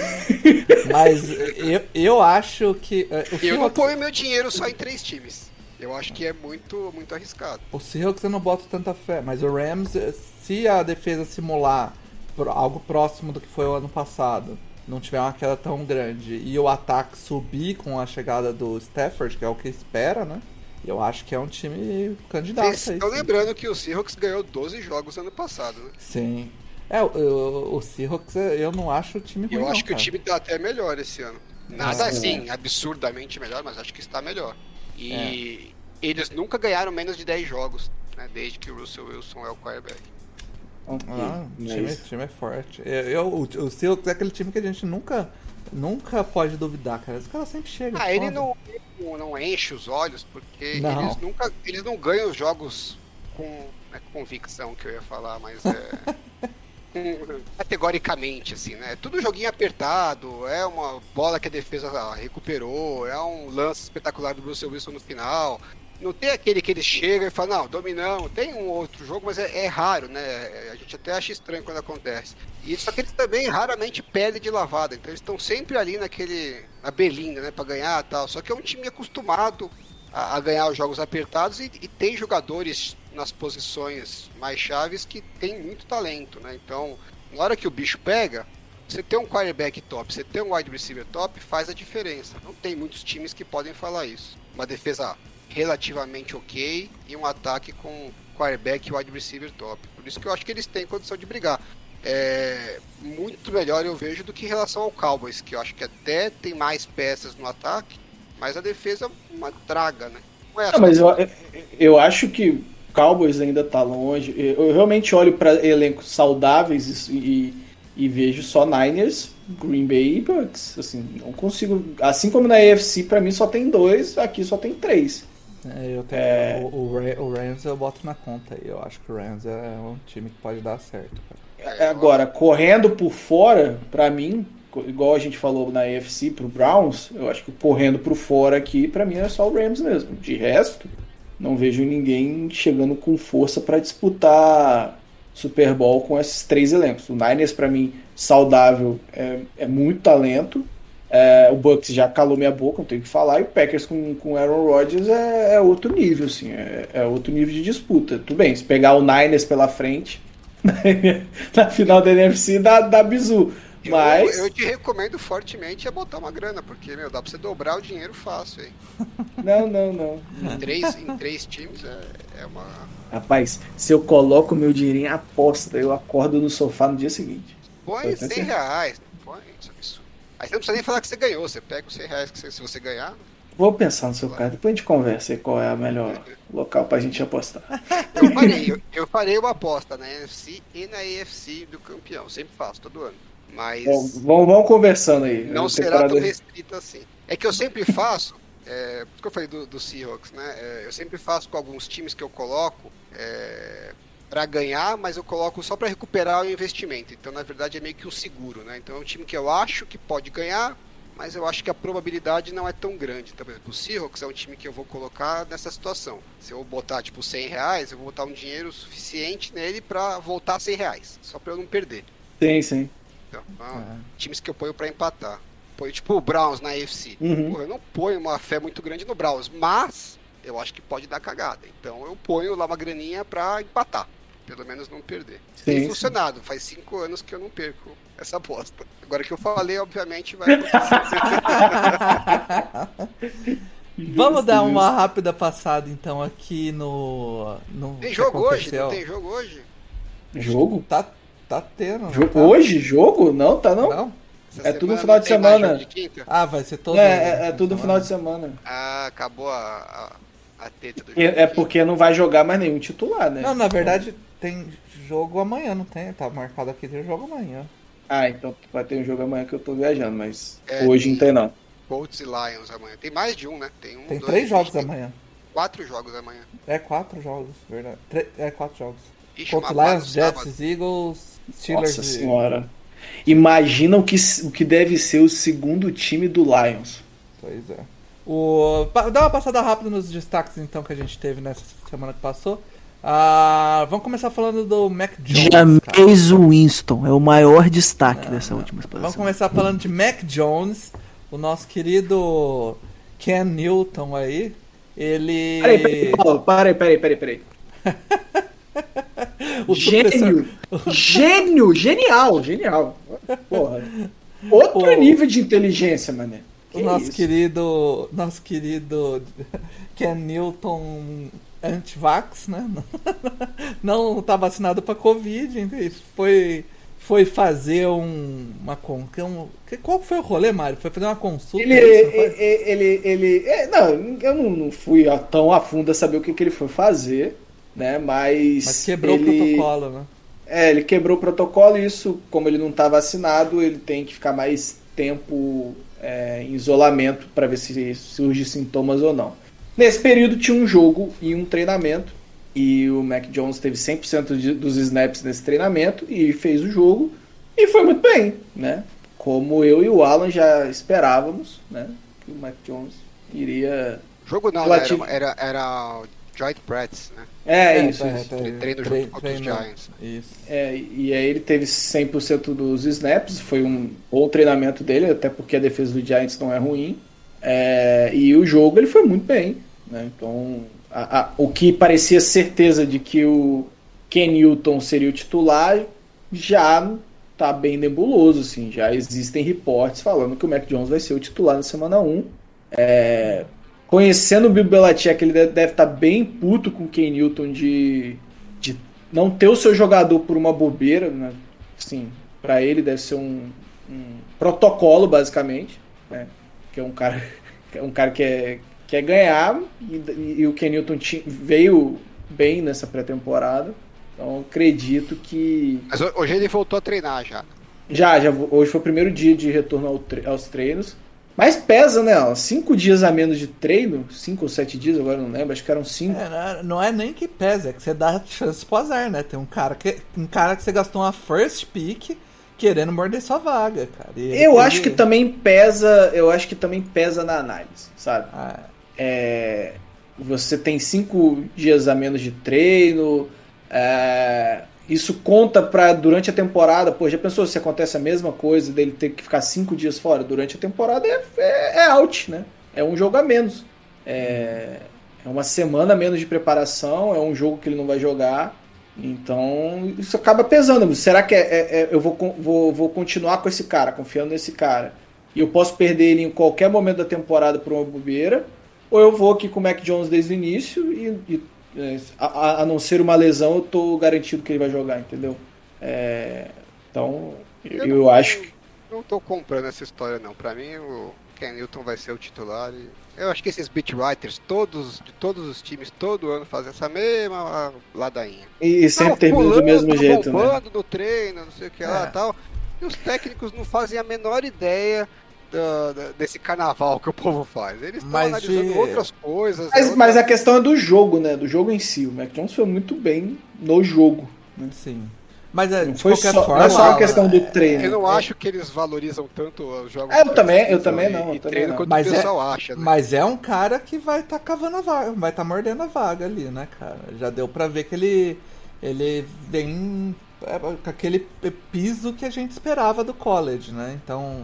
Mas eu, eu acho que. é, O Eu não Seahawks, ponho meu dinheiro só em três times. Eu acho que é muito, muito arriscado. o Seahawks eu não boto tanta fé. Mas o Rams, eh, se a defesa simular pro- algo próximo do que foi o ano passado, não tiver uma queda tão grande, e o ataque subir com a chegada do Stafford, que é o que espera, né? Eu acho que é um time candidato. Vocês aí, estão sim. lembrando que o Seahawks ganhou doze jogos ano passado, né? Sim. É, o, o, o Seahawks eh, eu não acho o time ruim. Eu não, acho que cara. o time tá até melhor esse ano. Nada Ah, assim, absurdamente melhor, mas acho que está melhor. E É. eles nunca ganharam menos de dez jogos, né? Desde que o Russell Wilson é o quarterback. Ok, Ah, o time, mas- time é forte. Eu, eu- o, o Seahawks é aquele time que a gente nunca, nunca pode duvidar, cara. Os caras sempre chegam. Ah, ele foda. não, não- não enche os olhos, porque Não. eles nunca. Eles não ganham os jogos com né, convicção que eu ia falar, mas é. com- categoricamente, assim, né? Tudo joguinho apertado, é uma bola que a defesa ah, recuperou, é um lance espetacular do Russell Wilson no final. Não tem aquele que eles chegam e falam, não, dominamos. Tem um outro jogo, mas é, é raro, né? A gente até acha estranho quando acontece. E só que eles também raramente perdem de lavada. Então eles estão sempre ali naquele. Na belinha, né? Pra ganhar e tal. Só que é um time acostumado a, a ganhar os jogos apertados e, e tem jogadores nas posições mais chaves que tem muito talento, né? Então, na hora que o bicho pega, você ter um quarterback top, você ter um wide receiver top, faz a diferença. Não tem muitos times que podem falar isso. Uma defesa relativamente ok e um ataque com quarterback e wide receiver top. Por isso que eu acho que eles têm condição de brigar. É muito melhor, eu vejo, do que em relação ao Cowboys, que eu acho que até tem mais peças no ataque, mas a defesa é uma draga, né? Não é Não, mas eu, eu acho que o Cowboys ainda tá longe. Eu realmente olho para elencos saudáveis e, e, e vejo só Niners, Green Bay e Bucks. Assim, não consigo. Assim como na A F C, para mim só tem dois, aqui só tem três. É, eu tenho, É... o, o, o Rams eu boto na conta aí. Eu acho que o Rams é um time que pode dar certo, cara. Agora, correndo por fora, pra mim, igual a gente falou na A F C pro Browns, eu acho que correndo por fora aqui, pra mim é só o Rams mesmo. De resto, não vejo ninguém chegando com força pra disputar Super Bowl com esses três elencos. O Niners, pra mim, saudável, é, é muito talento. É, o Bucks já calou minha boca, não tenho o que falar. E o Packers com o Aaron Rodgers é, é outro nível, assim, é, é outro nível de disputa. Tudo bem, se pegar o Niners pela frente na final da N F C dá, dá bizu. Mas... Eu, eu te recomendo fortemente é botar uma grana, porque, meu, dá pra você dobrar o dinheiro fácil, hein? Não, não, não. Em três, em três times é, é uma... Rapaz, se eu coloco meu dinheirinho em aposta, eu acordo no sofá no dia seguinte. Põe cem reais, põe isso, isso. Aí você não precisa nem falar que você ganhou, você pega os cem reais que você, se você ganhar... Vou pensar no seu caso, depois a gente conversa aí qual é a melhor local pra gente apostar. Eu farei, eu, eu farei uma aposta na N F C e na A F C do campeão, sempre faço, todo ano. Mas Bom, vamos, vamos conversando aí. Não será tão restrito assim. É que eu sempre faço, é, porque eu falei do, do Seahawks, né? É, eu sempre faço com alguns times que eu coloco é, para ganhar, mas eu coloco só para recuperar o investimento. Então, na verdade, é meio que um seguro, né? Então, é um time que eu acho que pode ganhar, mas eu acho que a probabilidade não é tão grande. Então, por exemplo, o Seahawks é um time que eu vou colocar nessa situação. Se eu botar, tipo, cem reais, eu vou botar um dinheiro suficiente nele para voltar cem reais, só para eu não perder. Sim, sim. Então, ah, times que eu ponho para empatar. Ponho, tipo, o Browns na A F C. Uhum. Pô, eu não ponho uma fé muito grande no Browns, mas eu acho que pode dar cagada. Então, eu ponho lá uma graninha para empatar. Pelo menos não perder. Sim, Tem sim. funcionado. Faz cinco anos que eu não perco essa aposta. Agora que eu falei, obviamente, vai acontecer. Vamos dar uma rápida passada, então, aqui no... no Tem que jogo hoje? aconteceu. Não tem jogo hoje? Jogo? Tá, tá tendo. Jo- tá? Hoje? Jogo? Não, tá não. Não? Essa É tudo no semana final não de tem mais semana. jogo de quinta? Ah, vai ser todo... É, é, é tudo no final de semana. Ah, acabou a, a, a teta do jogo. É, é porque não vai jogar mais nenhum titular, né? Não, na verdade, tem jogo amanhã, não tem? Tá marcado aqui, tem jogo amanhã. Ah, então vai ter um jogo amanhã que eu tô viajando, mas É, hoje não tem não. Colts e Lions amanhã. Tem mais de um, né? Tem um, Tem dois, três jogos tem amanhã. Quatro jogos amanhã. É quatro jogos, verdade. Tre- É quatro jogos. Ixi, Colts, uma barra Lions, no Jets, sábado. Eagles, Steelers Nossa e... senhora. Imagina o que, o que deve ser o segundo time do Lions. Pois é. O... pa- Dá uma passada rápida nos destaques, então, que a gente teve nessa semana que passou. Ah, vamos começar falando do Mac Jones, cara. Jameis Winston é o maior destaque dessa última Vamos expansão. começar falando de Mac Jones, o nosso querido Ken Newton aí. Ele... Peraí, peraí, Paulo, peraí, peraí, peraí, peraí. o supressor- Gênio! Gênio! Genial, genial. Porra. Outro O- nível de inteligência, mané. O Que nosso isso? querido, nosso querido Ken Newton anti-vax, né? Não tá vacinado pra Covid, então foi, foi fazer um, uma con- um, que- qual foi o rolê, Mário? Foi fazer uma consulta? Ele, é isso, não foi? ele, ele, ele- é, não, eu não, não fui a- tão a fundo a saber o que, que ele foi fazer, né? Mas, Mas quebrou ele, o protocolo, né? É, ele quebrou o protocolo e isso, como ele não está vacinado, ele tem que ficar mais tempo é, em isolamento para ver se surge sintomas ou não. Nesse período tinha um jogo e um treinamento, e o Mac Jones teve cem por cento de, dos snaps nesse treinamento e fez o jogo, e foi muito bem, né? Como eu e o Alan já esperávamos, né? Que o Mac Jones iria... Jogo não, Eu né? ati- Era, era, era o Joint Practice, né? É, É, isso, tá, isso. tá, Ele treina tre- junto contra os treina- Giants. Isso. É, e aí ele teve cem por cento dos snaps, foi um bom treinamento dele, até porque a defesa do Giants não é ruim. É, e o jogo ele foi muito bem, né? Então a, a, o que parecia certeza de que o Ken Newton seria o titular já tá bem nebuloso, assim, já existem reportes falando que o Mac Jones vai ser o titular na semana um. É, conhecendo o Bill Belichick, ele deve estar bem puto com o Ken Newton de, de não ter o seu jogador por uma bobeira, né? Assim, para ele deve ser um, um protocolo, basicamente, né? Que é um cara, que é um cara que é, quer ganhar e, e o Ken Newton veio bem nessa pré-temporada. Então acredito que... Mas hoje ele voltou a treinar já. Já, já hoje foi o primeiro dia de retorno ao tre- aos treinos. Mas pesa, né? Ó, cinco dias a menos de treino, cinco ou sete dias, agora não lembro, acho que eram cinco. É, não é nem que pesa, é que você dá chance pro azar, né? Tem um cara que, um cara que você gastou uma first pick querendo morder sua vaga, cara. E eu ele... acho que também pesa, eu acho que também pesa na análise, sabe? Ah. É, você tem cinco dias a menos de treino... É, isso conta para durante a temporada. Pô, já pensou se acontece a mesma coisa dele ter que ficar cinco dias fora? Durante a temporada é, é, é out, né? É um jogo a menos. É, é uma semana a menos de preparação. É um jogo que ele não vai jogar. Então isso acaba pesando. Será que é, é, é, eu vou, vou, vou continuar com esse cara, confiando nesse cara, e eu posso perder ele em qualquer momento da temporada por uma bobeira? Ou eu vou aqui com o Mac Jones desde o início e, e A, a não ser uma lesão, eu tô garantido que ele vai jogar, entendeu? É, então, eu, eu, eu não, acho que... Não tô comprando essa história, não. Pra mim, o Ken Newton vai ser o titular. E eu acho que esses beat writers, todos, de todos os times, todo ano fazem essa mesma ladainha. E, e sempre não, termina do mesmo jeito, né? No treino, não sei o que lá e é. tal. E os técnicos não fazem a menor ideia... Do, do, desse carnaval que o povo faz. Eles estão analisando de... outras coisas. Mas, outras... mas a questão é do jogo, né? Do jogo em si. O Mac Jones foi muito bem no jogo. Né? Sim. Mas é, não de foi qualquer só, forma... Não é só a questão do treino. Eu não é. acho que eles valorizam tanto os jogos. É, eu também, eu também não. E, eu também treino não. quanto mas o pessoal é, acha. Né? Mas é um cara que vai estar tá cavando a vaga, vai estar tá mordendo a vaga ali, né, cara? Já deu pra ver que ele, ele vem com aquele piso que a gente esperava do college, né? Então...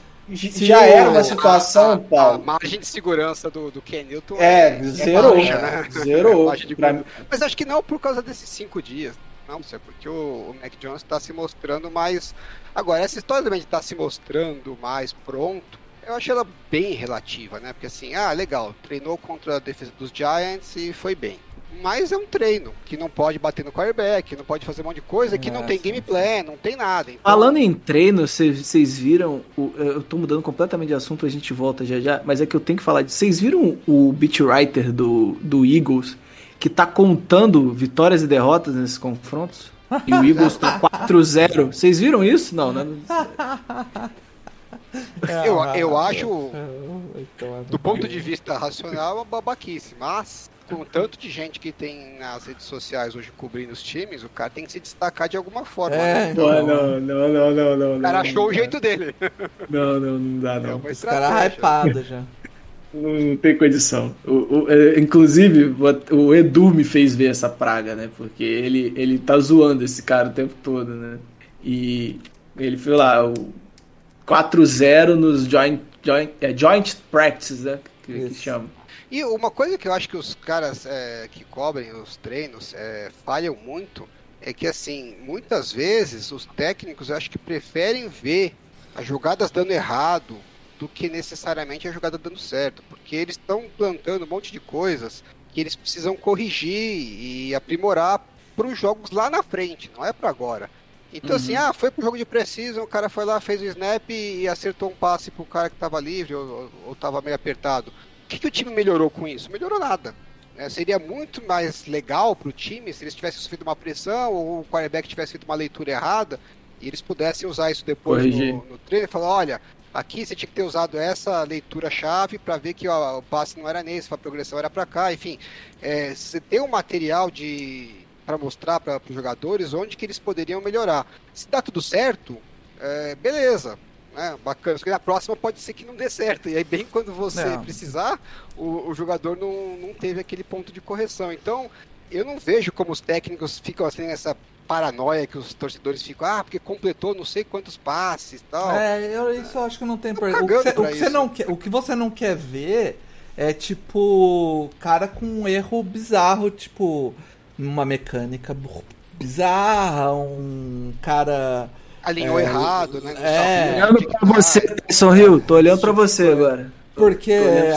Se já era uma situação, a, a, Paulo. A margem de segurança do, do Ken Newton é, é zerou, baixa, né? Zerou. pra... Mas acho que não por causa desses cinco dias. Não, é porque o, o Mac Jones está se mostrando mais... Agora, essa história também de estar tá se mostrando mais pronto, eu achei ela bem relativa, né? Porque assim, ah, legal, treinou contra a defesa dos Giants e foi bem. Mas é um treino, que não pode bater no quarterback, não pode fazer um monte de coisa, que é, não tem game plan, não tem nada. Então... Falando em treino, vocês viram, o, eu tô mudando completamente de assunto, a gente volta já já, mas é que eu tenho que falar disso. Vocês viram o beat writer do, do Eagles, que tá contando vitórias e derrotas nesses confrontos? E o Eagles tá quatro a zero. Vocês viram isso? Não, né? Eu, eu acho, do ponto de vista racional, uma babaquice, mas... Com o tanto de gente que tem nas redes sociais hoje cobrindo os times, o cara tem que se destacar de alguma forma. É, né? não, não, não, não, não, não. O cara não, achou não, o jeito dele. Não, não, não dá, não. É Esse cara é hypado já. Não, não tem condição. O, o, é, inclusive, o, o Edu me fez ver essa praga, né? Porque ele, ele tá zoando esse cara o tempo todo, né? E ele foi lá, o quatro a zero nos joint, joint, é, joint practice, né? Que, que chama. E uma coisa que eu acho que os caras é, que cobrem os treinos é, falham muito é que, assim, muitas vezes os técnicos eu acho que preferem ver as jogadas dando errado do que necessariamente a jogada dando certo, porque eles estão plantando um monte de coisas que eles precisam corrigir e aprimorar para os jogos lá na frente, não é para agora. Então, uhum. assim, ah, foi pro jogo de precision, o cara foi lá, fez o snap e acertou um passe pro cara que tava livre ou, ou tava meio apertado. O que, que o time melhorou com isso? Melhorou nada. É, seria muito mais legal pro time se eles tivessem sofrido uma pressão ou o quarterback tivesse feito uma leitura errada e eles pudessem usar isso depois no, no treino e falar, olha, aqui você tinha que ter usado essa leitura-chave para ver que ó, o passe não era nesse, a progressão era para cá, enfim. É, você tem um material de... para mostrar para os jogadores onde que eles poderiam melhorar. Se dá tudo certo, é, beleza. É, bacana, porque na próxima pode ser que não dê certo, e aí bem quando você não. precisar, o, o jogador não, não teve aquele ponto de correção. Então, eu não vejo como os técnicos ficam assim nessa paranoia que os torcedores ficam, ah, porque completou não sei quantos passes e tal. É, eu, isso eu acho que não tem importância. O que, você, o, que você não quer, o que você não quer ver é tipo cara com um erro bizarro, tipo uma mecânica bizarra, um cara alinhou é, errado, né? É, tô olhando pra você, Tyson Hill, tô olhando pra você agora. Porque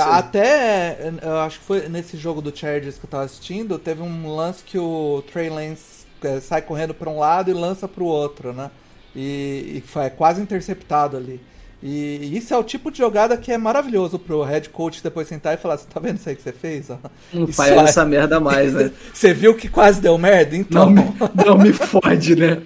até, eu acho que foi nesse jogo do Chargers que eu tava assistindo, teve um lance que o Trey Lance é, sai correndo pra um lado e lança pro outro, né? E, e foi quase interceptado ali. E isso é o tipo de jogada que é maravilhoso pro head coach depois sentar e falar, você tá vendo isso aí que você fez? Ó? Não isso faz aí. essa merda mais, né? Você viu que quase deu merda? Então... Não me, não me fode, né?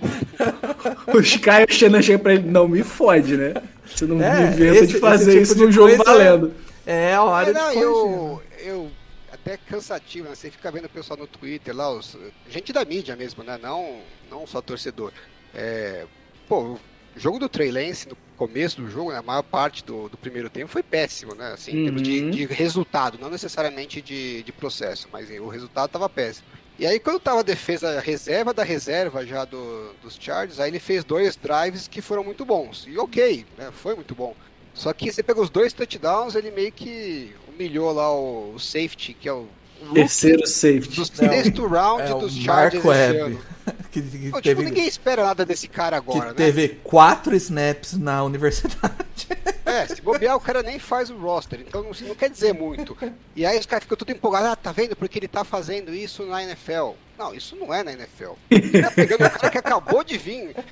Os Caio Shannon chegam pra ele, não me fode, né? Você não É, me inventa esse- de fazer esse isso tipo num de jogo coisa- valendo. É a hora É, não, de corrigir. eu, eu até cansativo, né? Você fica vendo o pessoal no Twitter lá, os, gente da mídia mesmo, né? Não, não só torcedor. É, pô, o jogo do Trey Lance no começo do jogo, né, a maior parte do, do primeiro tempo foi péssimo, né? Assim, em termos de, Uhum. de resultado, não necessariamente de, de processo, mas o resultado estava péssimo. E aí quando tava a defesa reserva da reserva já do, dos Chargers, aí ele fez dois drives que foram muito bons. E ok, né? Foi muito bom. Só que você pega os dois touchdowns, ele meio que humilhou lá o, o safety, que é o rookie Terceiro safety. do sexto round É dos o Chargers Mark esse Webb, ano. que, que Pô, tipo, teve, ninguém espera nada desse cara agora, que né? teve quatro snaps na universidade. É, se bobear, o cara nem faz o roster, então não, não quer dizer muito. E aí os caras ficam tudo empolgados, ah, tá vendo? Porque ele tá fazendo isso na N F L. Não, isso não é na N F L. Ele tá pegando um cara que acabou de vir, né?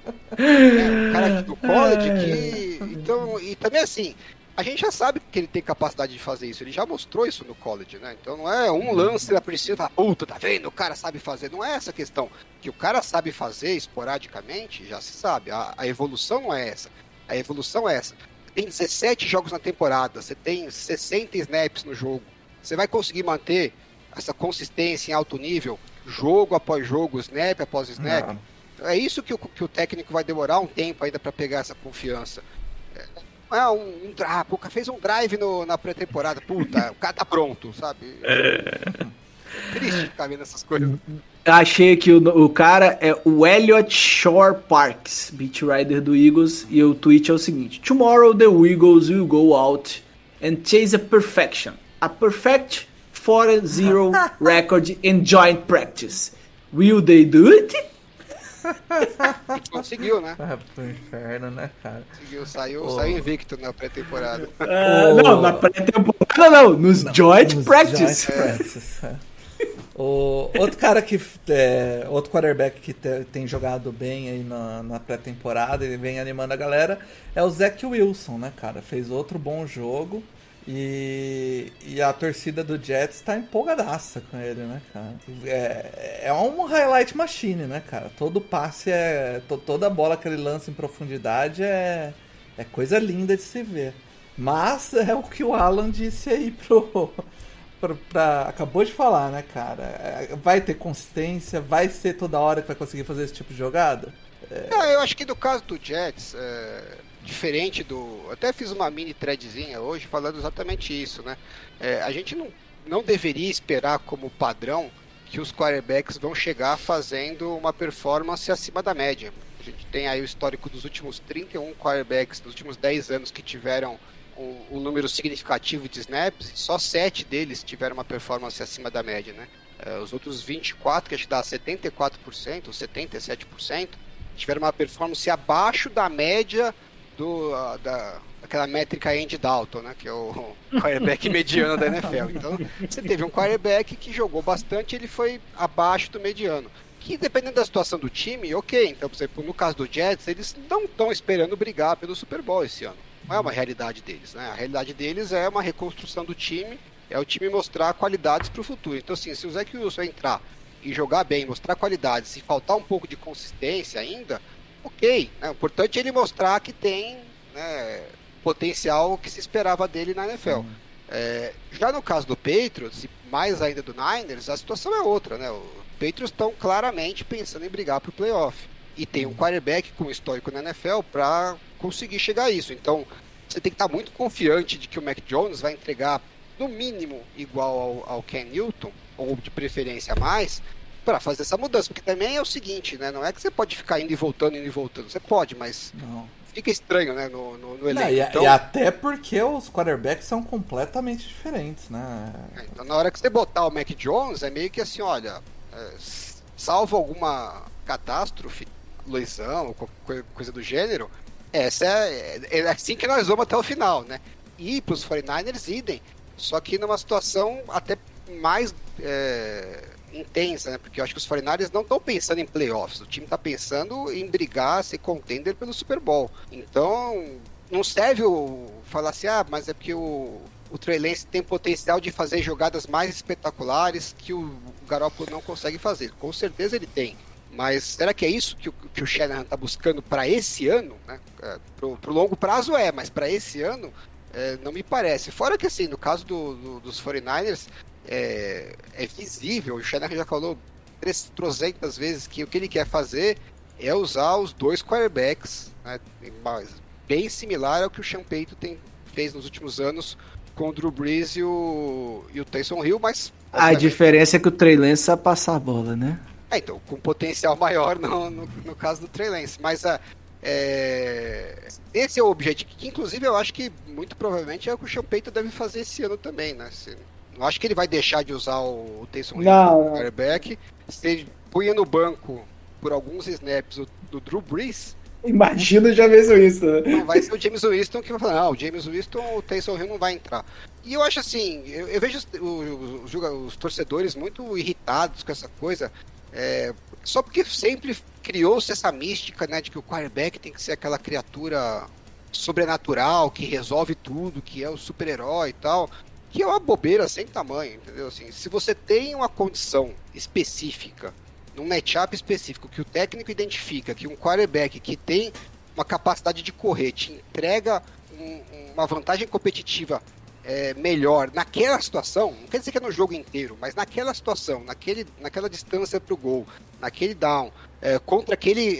Um cara do college que... Então, e também assim, a gente já sabe que ele tem capacidade de fazer isso, ele já mostrou isso no college, né? Então não é um lance da precisa falar, puta, tá vendo? O cara sabe fazer. Não é essa a questão. Que o cara sabe fazer esporadicamente, já se sabe. A, a evolução não é essa. A evolução é essa. Tem dezessete jogos na temporada, você tem sessenta snaps no jogo. Você vai conseguir manter essa consistência em alto nível, jogo após jogo, snap após snap? Não. É isso que o, que o técnico vai demorar um tempo ainda para pegar essa confiança. É, não é um, um drive, o cara fez um drive no, na pré-temporada, puta, o cara tá pronto, sabe? É triste ficar vendo essas coisas. Achei que o, o cara é o Elliot Shore Parks, beat rider do Eagles, e o tweet é o seguinte: Tomorrow the Eagles will go out and chase a perfection. A perfect four zero record in joint practice. Will they do it? Conseguiu, né? Ah, pro inferno, né, cara? Conseguiu, saiu, Oh. saiu invicto na pré-temporada. Ah, O- Não, na pré-temporada não, nos joint Nos practice. joint practice, é. O outro cara que é, outro quarterback que te- tem jogado bem aí na, na pré-temporada e vem animando a galera é o Zach Wilson, né, cara? Fez outro bom jogo e, e a torcida do Jets tá empolgadaça com ele, né, cara? É, é um highlight machine, né, cara? Todo passe é. to- toda bola que ele lança em profundidade é, é coisa linda de se ver. Mas é o que o Alan disse aí pro. Pra, pra- acabou de falar, né, cara? É, vai ter consistência, vai ser toda hora que vai conseguir fazer esse tipo de jogada? É, eu acho que no caso do Jets, é, diferente do... Até fiz uma mini threadzinha hoje falando exatamente isso, né? É, a gente não, não deveria esperar como padrão que os quarterbacks vão chegar fazendo uma performance acima da média. A gente tem aí o histórico dos últimos trinta e um quarterbacks, dos últimos dez anos que tiveram um, um número significativo de snaps, e só sete deles tiveram uma performance acima da média, né? É, os outros vinte e quatro, que acho que dá setenta e quatro por cento, ou setenta e sete por cento, tiveram uma performance abaixo da média do, uh, da, daquela métrica Andy Dalton, né? Que é o quarterback mediano da N F L. Então, você teve um quarterback que jogou bastante, ele foi abaixo do mediano. Que dependendo da situação do time, ok. Então, por exemplo, no caso do Jets, eles não estão esperando brigar pelo Super Bowl esse ano. Não é uma realidade deles, né? A realidade deles é uma reconstrução do time, é o time mostrar qualidades para o futuro. Então, assim, se o Zach Wilson entrar e jogar bem, mostrar qualidades, se faltar um pouco de consistência ainda, ok. Né? O importante é ele mostrar que tem, né, potencial que se esperava dele na N F L. Uhum. É, já no caso do Patriots, e mais ainda do Niners, a situação é outra, né? Os Patriots estão claramente pensando em brigar para o playoff. E tem um quarterback com histórico na N F L para conseguir chegar a isso. Então, você tem que estar muito confiante de que o Mac Jones vai entregar, no mínimo, igual ao, ao Ken Newton, ou de preferência mais, para fazer essa mudança. Porque também é o seguinte, né? Não é que você pode ficar indo e voltando, indo e voltando. Você pode, mas Não. fica estranho, né, no, no, no elenco. Não, e, então, e até porque os quarterbacks são completamente diferentes, né? Então, na hora que você botar o Mac Jones, é meio que assim, olha, é, salvo alguma catástrofe, lesão, qualquer coisa do gênero, essa é, é assim que nós vamos até o final, né? E para os quarenta e ners, idem, só que numa situação até mais é, intensa, né? Porque eu acho que os quarenta e ners não estão pensando em playoffs, o time está pensando em brigar, ser contender pelo Super Bowl. Então, não serve o falar assim, ah, mas é porque o, o Trey Lance tem potencial de fazer jogadas mais espetaculares que o Garoppolo não consegue fazer. Com certeza ele tem. Mas será que é isso que o, que o Shanahan está buscando para esse ano? Né? É, pro, pro longo prazo é, mas para esse ano é, não me parece. Fora que assim, no caso do, do, dos quarenta e ners, é, é visível, o Shanahan já falou trezentas vezes que o que ele quer fazer é usar os dois quarterbacks, né? Mas bem similar ao que o Sean Payton tem, fez nos últimos anos com o Drew Brees e o, e o Taysom Hill, mas... A diferença é que o Trey Lance sabe passar a bola, né? É, então, com potencial maior no, no, no caso do Trey Lance, mas a, é, esse é o objetivo, que inclusive eu acho que muito provavelmente é o que o Sean Payton deve fazer esse ano também, né? Se, não acho que ele vai deixar de usar o, o Taysom Hill como quarterback, se ele punha no banco por alguns snaps do, do Drew Brees. Imagina já mesmo isso, né? Não vai ser o James Winston que vai falar, não, o James Winston, o Taysom Hill não vai entrar. E eu acho assim, eu, eu vejo os, os, os, os torcedores muito irritados com essa coisa, é, só porque sempre criou-se essa mística, né, de que o quarterback tem que ser aquela criatura sobrenatural, que resolve tudo, que é o super-herói e tal, que é uma bobeira sem tamanho, entendeu? Assim, se você tem uma condição específica, num matchup específico, que o técnico identifica que um quarterback que tem uma capacidade de correr te entrega um, uma vantagem competitiva é, melhor naquela situação, não quer dizer que é no jogo inteiro, mas naquela situação, naquele, naquela distância para o gol, naquele down, é, contra aquele,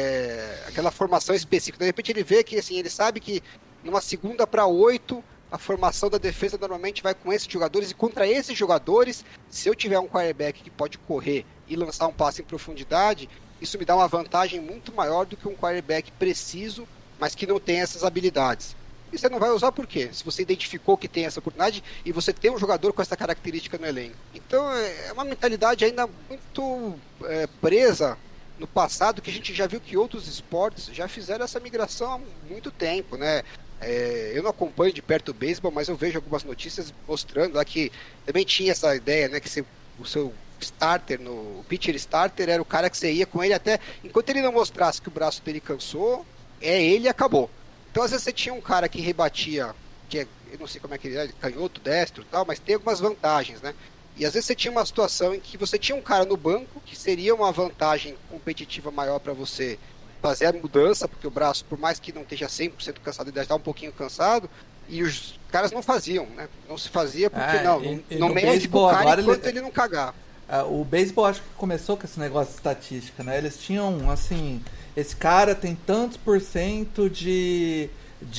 é, aquela formação específica, de repente ele vê que assim, ele sabe que numa segunda para oito a formação da defesa normalmente vai com esses jogadores, e contra esses jogadores, se eu tiver um quarterback que pode correr e lançar um passe em profundidade, isso me dá uma vantagem muito maior do que um quarterback preciso, mas que não tem essas habilidades. E você não vai usar por quê? Se você identificou que tem essa oportunidade e você tem um jogador com essa característica no elenco. Então é uma mentalidade ainda muito é, presa no passado, que a gente já viu que outros esportes já fizeram essa migração há muito tempo, né? É, eu não acompanho de perto o beisebol, mas eu vejo algumas notícias mostrando lá que também tinha essa ideia, né, que se, o seu starter, no o pitcher starter era o cara que você ia com ele até, enquanto ele não mostrasse que o braço dele cansou, é ele e acabou. Então às vezes você tinha um cara que rebatia, que é, eu não sei como é que ele é, canhoto, destro e tal, mas tem algumas vantagens, né? E às vezes você tinha uma situação em que você tinha um cara no banco que seria uma vantagem competitiva maior para você fazer a mudança, porque o braço, por mais que não esteja cem por cento cansado, ele está um pouquinho cansado, e os caras não faziam, né? Não se fazia porque ah, não, e, e não mede com o cara enquanto ele... ele não cagar. O beisebol acho que começou com esse negócio de estatística, né? Eles tinham, assim, esse cara tem tantos por cento de,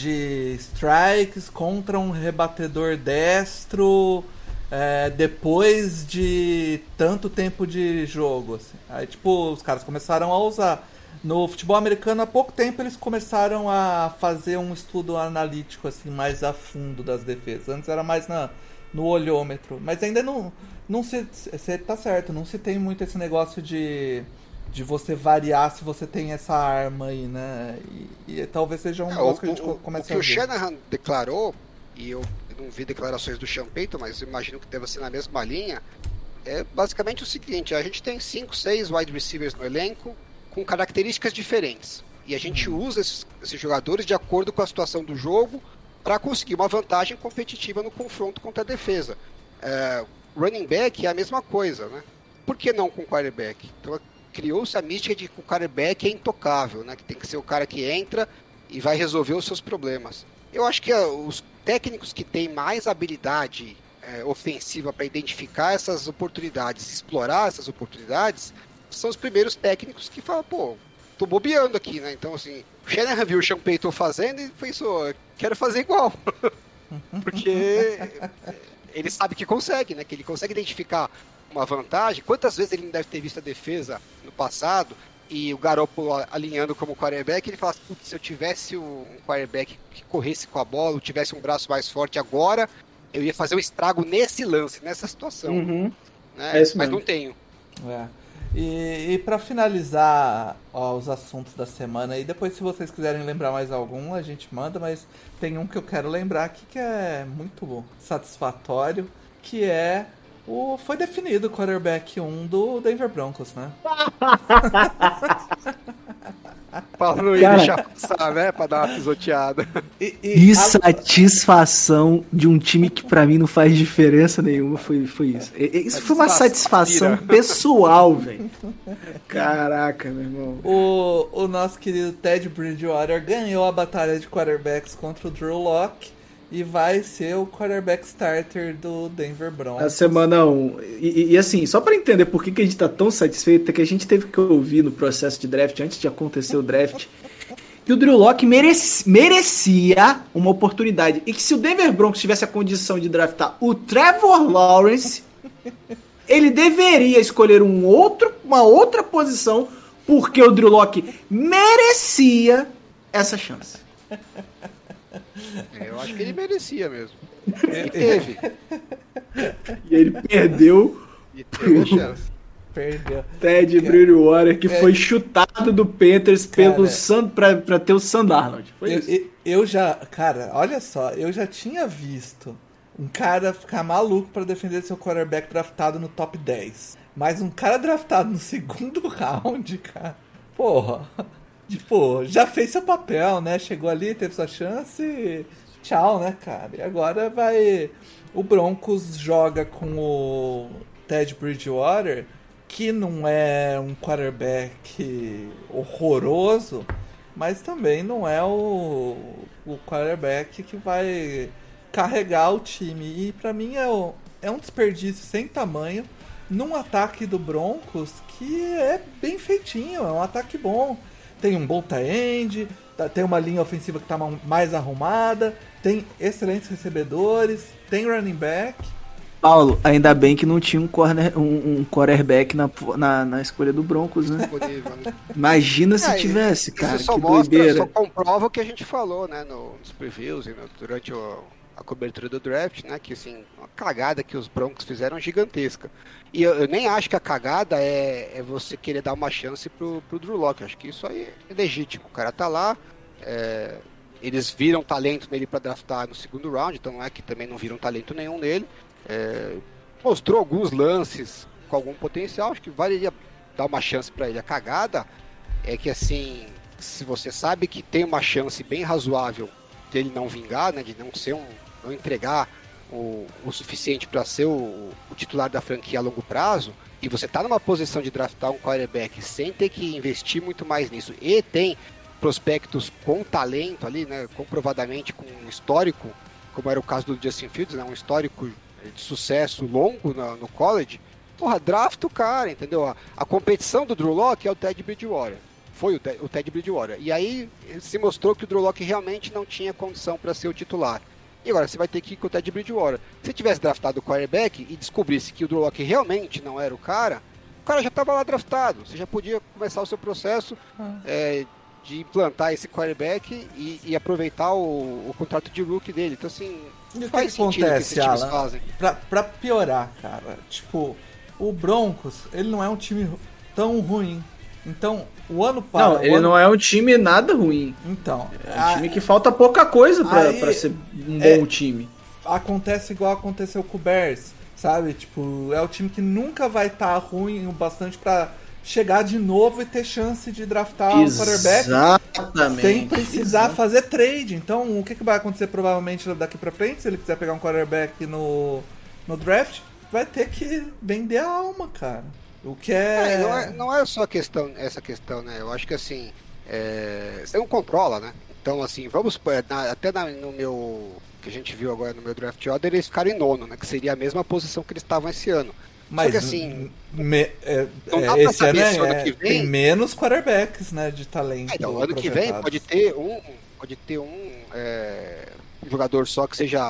de strikes contra um rebatedor destro é, depois de tanto tempo de jogo, assim. Aí, tipo, os caras começaram a usar. No futebol americano, há pouco tempo, eles começaram a fazer um estudo analítico assim, mais a fundo das defesas. Antes era mais na, no olhômetro. Mas ainda não, não se... Você tá certo, não se tem muito esse negócio de, de você variar se você tem essa arma aí, né? E, e talvez seja um negócio é, que a gente o, comece a ver. O que a o Shanahan declarou, e eu não vi declarações do Sean Payton, mas eu imagino que deve ser na mesma linha, é basicamente o seguinte: a gente tem cinco, seis wide receivers no elenco, com características diferentes. E a gente uhum. usa esses, esses jogadores de acordo com a situação do jogo para conseguir uma vantagem competitiva no confronto contra a defesa. É, running back é a mesma coisa, né? Por que não com quarterback? Então criou-se a mística de que o quarterback é intocável, né? Que tem que ser o cara que entra e vai resolver os seus problemas. Eu acho que uh, os técnicos que têm mais habilidade uh, ofensiva para identificar essas oportunidades, explorar essas oportunidades, são os primeiros técnicos que falam, pô, tô bobeando aqui, né? Então, assim, o Shanahan viu o Sean Payton fazendo e pensou, quero fazer igual. Porque ele sabe que consegue, né? Que ele consegue identificar uma vantagem. Quantas vezes ele não deve ter visto a defesa no passado e o Garoppolo alinhando como quarterback, ele fala assim, se eu tivesse um quarterback que corresse com a bola, ou tivesse um braço mais forte agora, eu ia fazer um estrago nesse lance, nessa situação. Uhum. Né? É isso Mas mesmo. não tenho. É. E, e para finalizar ó, os assuntos da semana, e depois se vocês quiserem lembrar mais algum, a gente manda, mas tem um que eu quero lembrar aqui que é muito satisfatório, que é o foi definido o quarterback um do Denver Broncos, né? Pra não ir Cara, deixar passar, né? Pra dar uma pisoteada. E, e Que a- satisfação de um time que pra mim não faz diferença nenhuma foi, foi isso. E- e- Isso foi uma satisfação Satisfação. pessoal, velho. Caraca, meu irmão. O, o nosso querido Ted Bridgewater ganhou a batalha de quarterbacks contra o Drew Lock e vai ser o quarterback starter do Denver Broncos. A semana um. E, e, e assim, só pra entender por que, que a gente tá tão satisfeito, é que a gente teve que ouvir no processo de draft, antes de acontecer o draft, que o Drew Lock mereci, merecia uma oportunidade. E que se o Denver Broncos tivesse a condição de draftar o Trevor Lawrence, ele deveria escolher um outro, uma outra posição, porque o Drew Lock merecia essa chance. É, eu acho que ele merecia mesmo. E teve. E ele perdeu E teve a chance. Perdeu. Ted Bridgewater, que É. foi chutado do Panthers Cara, pelo Sam, pra, pra ter o Sam Darnold. Foi Eu, isso. eu, eu já, cara, olha só, eu já tinha visto um cara ficar maluco pra defender seu quarterback draftado no top dez. Mas um cara draftado no segundo round, cara, porra, tipo, já fez seu papel, né? Chegou ali, teve sua chance, tchau, né, cara? E agora vai. O Broncos joga com o Ted Bridgewater, que não é um quarterback horroroso, mas também não é o, o quarterback que vai carregar o time. E pra mim é, o, é um desperdício sem tamanho num ataque do Broncos que é bem feitinho, é um ataque bom. Tem um bom tight end, tá- tem uma linha ofensiva que tá ma- mais arrumada, tem excelentes recebedores, tem running back. Paulo, ainda bem que não tinha um, corner, um, um quarterback na, na, na escolha do Broncos, né? Disponível, né? Imagina se É, tivesse, cara, Isso só que mostra, doideira. só comprova o que a gente falou, né, no- nos previews e no- durante o- a cobertura do draft, né, que assim, uma cagada que os Broncos fizeram gigantesca. E eu, eu nem acho que a cagada é, é você querer dar uma chance pro, pro Drew Lock, acho que isso aí é legítimo. O cara tá lá, é, eles viram talento nele para draftar no segundo round, então não é que também não viram talento nenhum nele. É, mostrou alguns lances com algum potencial, acho que valeria dar uma chance para ele. A cagada é que assim, se você sabe que tem uma chance bem razoável dele não vingar, né, de não ser um, não entregar o, o suficiente para ser o, o titular da franquia a longo prazo, e você tá numa posição de draftar um quarterback sem ter que investir muito mais nisso, e tem prospectos com talento ali, né, comprovadamente com um histórico, como era o caso do Justin Fields, né, um histórico de sucesso longo no, no college, porra, draft o cara, entendeu? A, a competição do Drew Lock é o Ted Bridgewater. Foi o, Te- o Ted Bridgewater. E aí se mostrou que o Drew Lock realmente não tinha condição para ser o titular. E agora você vai ter que ir com o Ted Bridgewater. Se tivesse draftado o quarterback e descobrisse que o Drew Lock realmente não era o cara, o cara já estava lá draftado. Você já podia começar o seu processo é, de implantar esse quarterback e, e aproveitar o, o contrato de rookie dele. Então assim, E o que, faz que sentido o que acontece, esses times Alan? fazem. Pra, pra piorar, cara, tipo, o Broncos, ele não é um time tão ruim. Então, o ano passado. Não, ele não é um time nada ruim. Então, É um time que falta pouca coisa pra, aí- pra ser um é- bom time. acontece igual aconteceu com o Bears, sabe? Tipo, é o time que nunca vai estar ruim o bastante pra chegar de novo e ter chance de draftar um quarterback Exatamente. sem precisar fazer trade. Então, o que, que vai acontecer provavelmente daqui pra frente, se ele quiser pegar um quarterback no, no draft, vai ter que vender a alma, cara. O que é... É, não, é, não é só questão, essa questão, né? Eu acho que assim, é, você não controla, né? Então, assim, vamos, é, na- até na- no meu, que a gente viu agora no meu draft order, eles ficaram em nono, né? Que seria a mesma posição que eles estavam esse ano. Mas Só que assim, me- é- não é, dá pra esse ano saber se é, o ano que vem- tem menos quarterbacks, né, de talento. é, então, ano que vem projetados. pode ter um, pode ter um, é, um jogador só que seja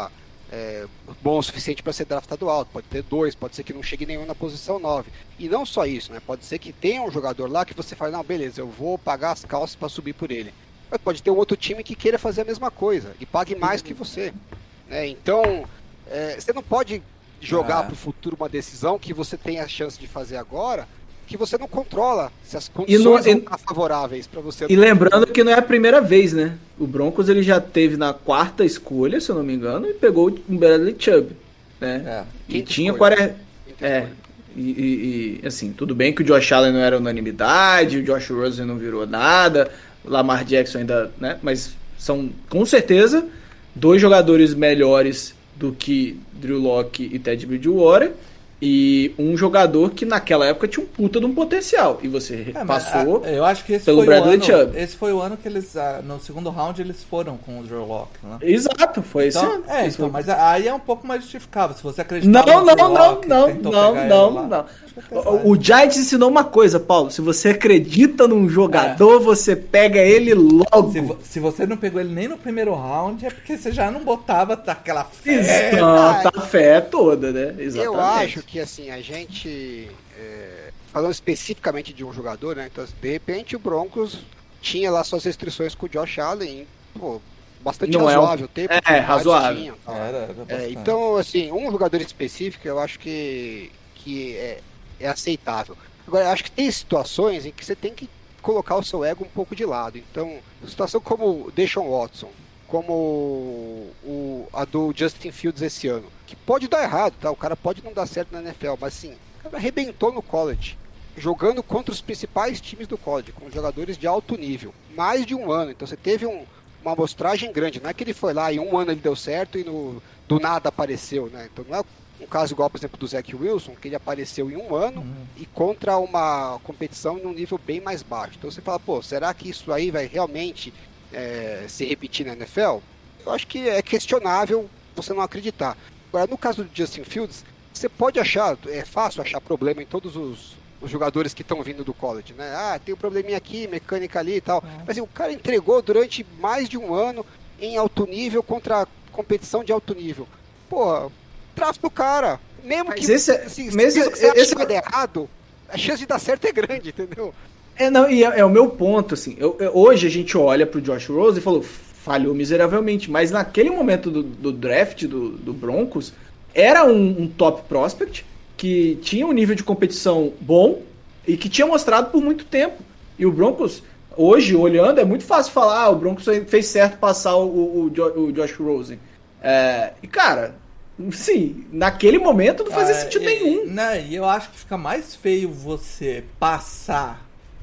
é, bom o suficiente para ser draftado alto, pode ter dois, pode ser que não chegue nenhum na posição nove. E não só isso, né? Pode ser que tenha um jogador lá que você fala, não, beleza, eu vou pagar as calças para subir por ele. Mas pode ter um outro time que queira fazer a mesma coisa e pague mais que você. Né? Então, é, você não pode jogar Ah. para o futuro uma decisão que você tem a chance de fazer agora, que você não controla se as condições não- vão e- estar favoráveis para você. E lembrando que não é a primeira vez, né? O Broncos ele já teve na quarta escolha, se eu não me engano, e pegou o Bradley Chubb, né? É. E Quinta tinha escolha. quare... Quinta É, escolha. e, e- e, assim, tudo bem que o Josh Allen não era unanimidade, o Josh Rosen não virou nada, o Lamar Jackson ainda, né? Mas são, com certeza, dois jogadores melhores do que Drew Lock e Ted Bridgewater, e um jogador que naquela época tinha um puta de um potencial, e você É, mas, passou... ah, eu acho que esse pelo foi Bradley o ano. Chubb. Esse foi o ano que eles. ah, no segundo round eles foram com o Drew Lock, né? Exato, foi esse Então, ano. é, Esse então, foi- mas aí é um pouco mais justificável. Se você acreditar Não, no não, Drew não, Lock, não, tentou não, pegar não, ele lá, não. acho que é O, o Giants ensinou uma coisa, Paulo. Se você acredita num jogador, você pega ele logo. Se, vo- se você não pegou ele nem no primeiro round, é porque você já não botava aquela fé. Tanta tá fé toda, né? Exatamente. Eu acho que assim, a gente. é, falando especificamente de um jogador, né? Então, de repente o Broncos tinha lá suas restrições com o Josh Allen. Pô, bastante Não é um- razoável. o tempo é, que os razoável. tinham, tal. Era, era É, bastante. então, assim, um jogador específico eu acho que, que é, é aceitável. Agora, eu acho que tem situações em que você tem que colocar o seu ego um pouco de lado. Então, situação como o Deshaun Watson, como o, a do Justin Fields esse ano, que pode dar errado, tá? O cara pode não dar certo na N F L, mas assim, o cara arrebentou no college, jogando contra os principais times do college, com jogadores de alto nível, mais de um ano. Então você teve um, uma amostragem grande, não é que ele foi lá e um ano ele deu certo e no, do nada apareceu, né? Então não é um caso igual, por exemplo, do Zach Wilson, que ele apareceu em um ano Uhum. e contra uma competição num nível bem mais baixo. Então você fala, pô, será que isso aí vai realmente é, se repetir na N F L? Eu acho que é questionável você não acreditar. Agora, no caso do Justin Fields, você pode achar, é fácil achar problema em todos os, os jogadores que estão vindo do college, né? Ah, tem um probleminha aqui, mecânica ali e tal. Mas assim, o cara entregou durante mais de um ano em alto nível contra a competição de alto nível. Pô, drafta o cara. Mesmo Mas que, esse é- assim, mas mesmo esse- que você ache esse- que vai dar errado, a chance de dar certo é grande, entendeu? É, não, e é, é o meu ponto, assim. Eu- eu- hoje a gente olha pro Josh Rosen e falou, falhou miseravelmente. Mas naquele momento do, do draft do, do Broncos, era um, um top prospect que tinha um nível de competição bom e que tinha mostrado por muito tempo. E o Broncos, hoje, olhando, é muito fácil falar, ah, o Broncos fez certo passar o, o, o Jo- o Josh Rosen. É, e, cara, sim, naquele momento não fazia Ah, sentido e- nenhum. Né, e eu acho que fica mais feio você passar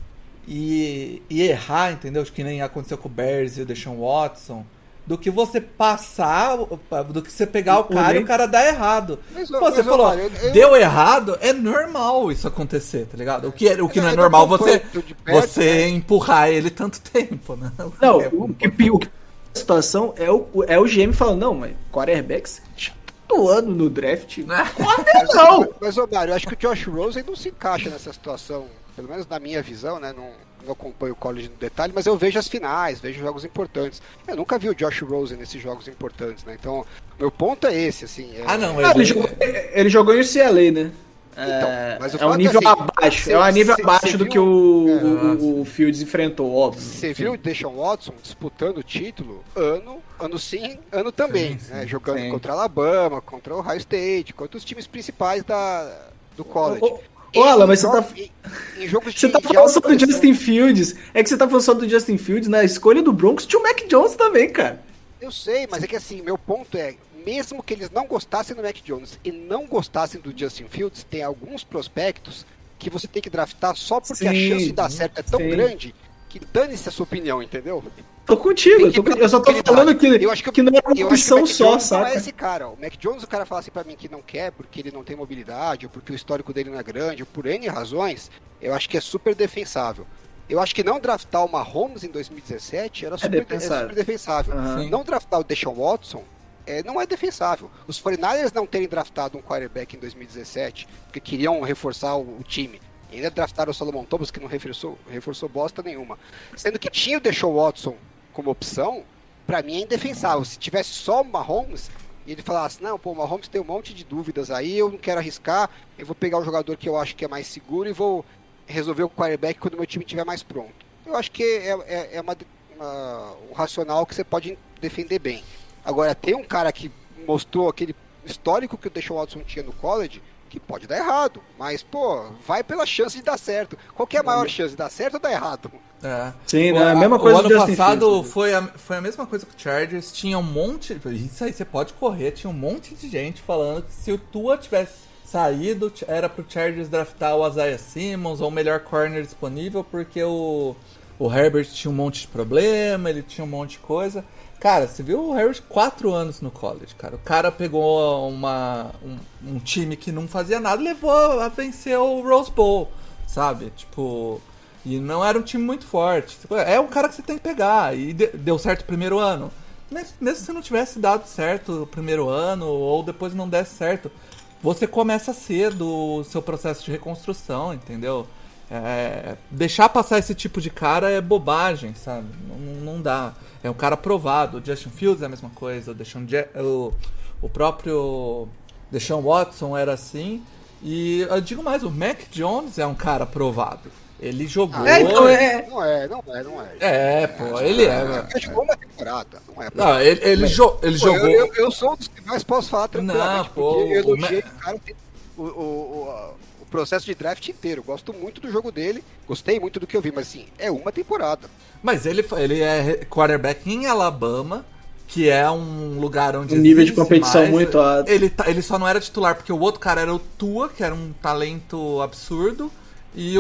e, e errar, entendeu? Que nem aconteceu com o Bears e o Deshaun Watson, do que você passar, do que você pegar o cara e o cara dar errado. Mas, Pô, mas, você falou, olha, eu- deu errado, é normal isso acontecer, tá ligado? O que, é- o que não é Eu não normal você, acompanho de perto, você né? empurrar ele tanto tempo, né? Não, É, o que pi- o que a situação é o, é o G M falando, não, mas quarterbacks todo ano no draft. Né? Mas, Não. mas, ô Mário, eu acho que o Josh Rosen não se encaixa nessa situação, pelo menos na minha visão, né? Não, não acompanho o college no detalhe, mas eu vejo as finais, vejo jogos importantes. Eu nunca vi o Josh Rosen nesses jogos importantes, né? Então, meu ponto é esse, assim. é- Ah, não, Ah, ele, ele, jogou, ele jogou em U C L A, né? Então, É, mas o é fato um é nível assim, abaixo, cê- é um nível cê- abaixo cê do viu- que o, é, o, o Fields enfrentou, óbvio. Você viu o Deshaun Watson disputando o título ano, ano sim, ano também, Sim, né? sim, Jogando sim. contra Alabama, contra o Ohio State, contra os times principais da, do college. Ô, ô, Alan, mas você jogo- tá- em, em jogos de Você tá de falando só alta do pressão. Justin Fields. É que você tá falando só do Justin Fields. Na escolha do Broncos tinha o Mac Jones também, cara. Eu sei, mas é que assim, meu ponto é, mesmo que eles não gostassem do Mac Jones e não gostassem do Justin Fields, tem alguns prospectos que você tem que draftar só porque a Sim, chance de dar certo é tão sim. grande que dane-se a sua opinião, entendeu? Tô contigo, Tem eu, tô que con- eu só tô tranquilidade. falando que, Eu acho que- que não é uma Eu acho que o opção Mac só, Jones não é saca? esse cara. O Mac Jones, o cara fala assim pra mim que não quer porque ele não tem mobilidade, ou porque o histórico dele não é grande, ou por N razões, eu acho que é super defensável. Eu acho que não draftar o Mahomes em dois mil e dezessete era super, é defensável. super defensável. Aham. Sim. Não draftar o Deshaun Watson é, não é defensável. Os forty-niners não terem draftado um quarterback em dois mil e dezessete, porque queriam reforçar o, o time. E ainda draftaram o Solomon Thomas, que não reforçou, reforçou bosta nenhuma. Sendo que tinha o Deshaun Watson como opção, pra mim é indefensável. Se tivesse só o Mahomes, e ele falasse, não, pô, o Mahomes tem um monte de dúvidas aí, eu não quero arriscar, eu vou pegar um jogador que eu acho que é mais seguro e vou resolver o quarterback quando o meu time estiver mais pronto. Eu acho que é, é, é uma, uma, um racional que você pode defender bem. Agora, tem um cara que mostrou aquele histórico que o Deshaun Watson tinha no college, que pode dar errado, mas, pô, vai pela chance de dar certo. Qual que é a maior chance de dar certo ou dar errado? É. Sim, o, né? A mesma coisa o ano do Justin passado Fields, né? foi a, foi a mesma coisa que o Chargers. Tinha um monte. Isso aí você pode correr. Tinha um monte de gente falando que se o Tua tivesse saído, era pro Chargers draftar o Isaiah Simmons ou o melhor corner disponível, porque o, o Herbert tinha um monte de problema, ele tinha um monte de coisa. Cara, você viu o Herbert quatro anos no college, cara. O cara pegou uma, um, um time que não fazia nada e levou a vencer o Rose Bowl, sabe? Tipo. E não era um time muito forte. É um cara que você tem que pegar. E deu certo o primeiro ano. Mesmo se não tivesse dado certo o primeiro ano, ou depois não desse certo, você começa cedo o seu processo de reconstrução, entendeu? É, deixar passar esse tipo de cara é bobagem, sabe? Não, não dá. É um cara aprovado. O Justin Fields é a mesma coisa. O, Deshaun, o, o próprio Deshaun Watson era assim. E eu digo mais, o Mac Jones é um cara aprovado. Ele jogou... Ah, é, então é... Não é, não é, não é. É, pô, ele é. Ele jogou uma temporada, não é. Não, ele, ele, jo ele pô, jogou... Eu, eu, eu sou um dos que mais posso falar tranquilamente, não, pô, porque eu o elogiei Ma... o cara o, o, o, o processo de draft inteiro. Gosto muito do jogo dele, gostei muito do que eu vi, mas assim, é uma temporada. Mas ele, ele é quarterback em Alabama, que é um lugar onde um nível de competição mais. muito alto. Ele, ele só não era titular porque o outro cara era o Tua, que era um talento absurdo. E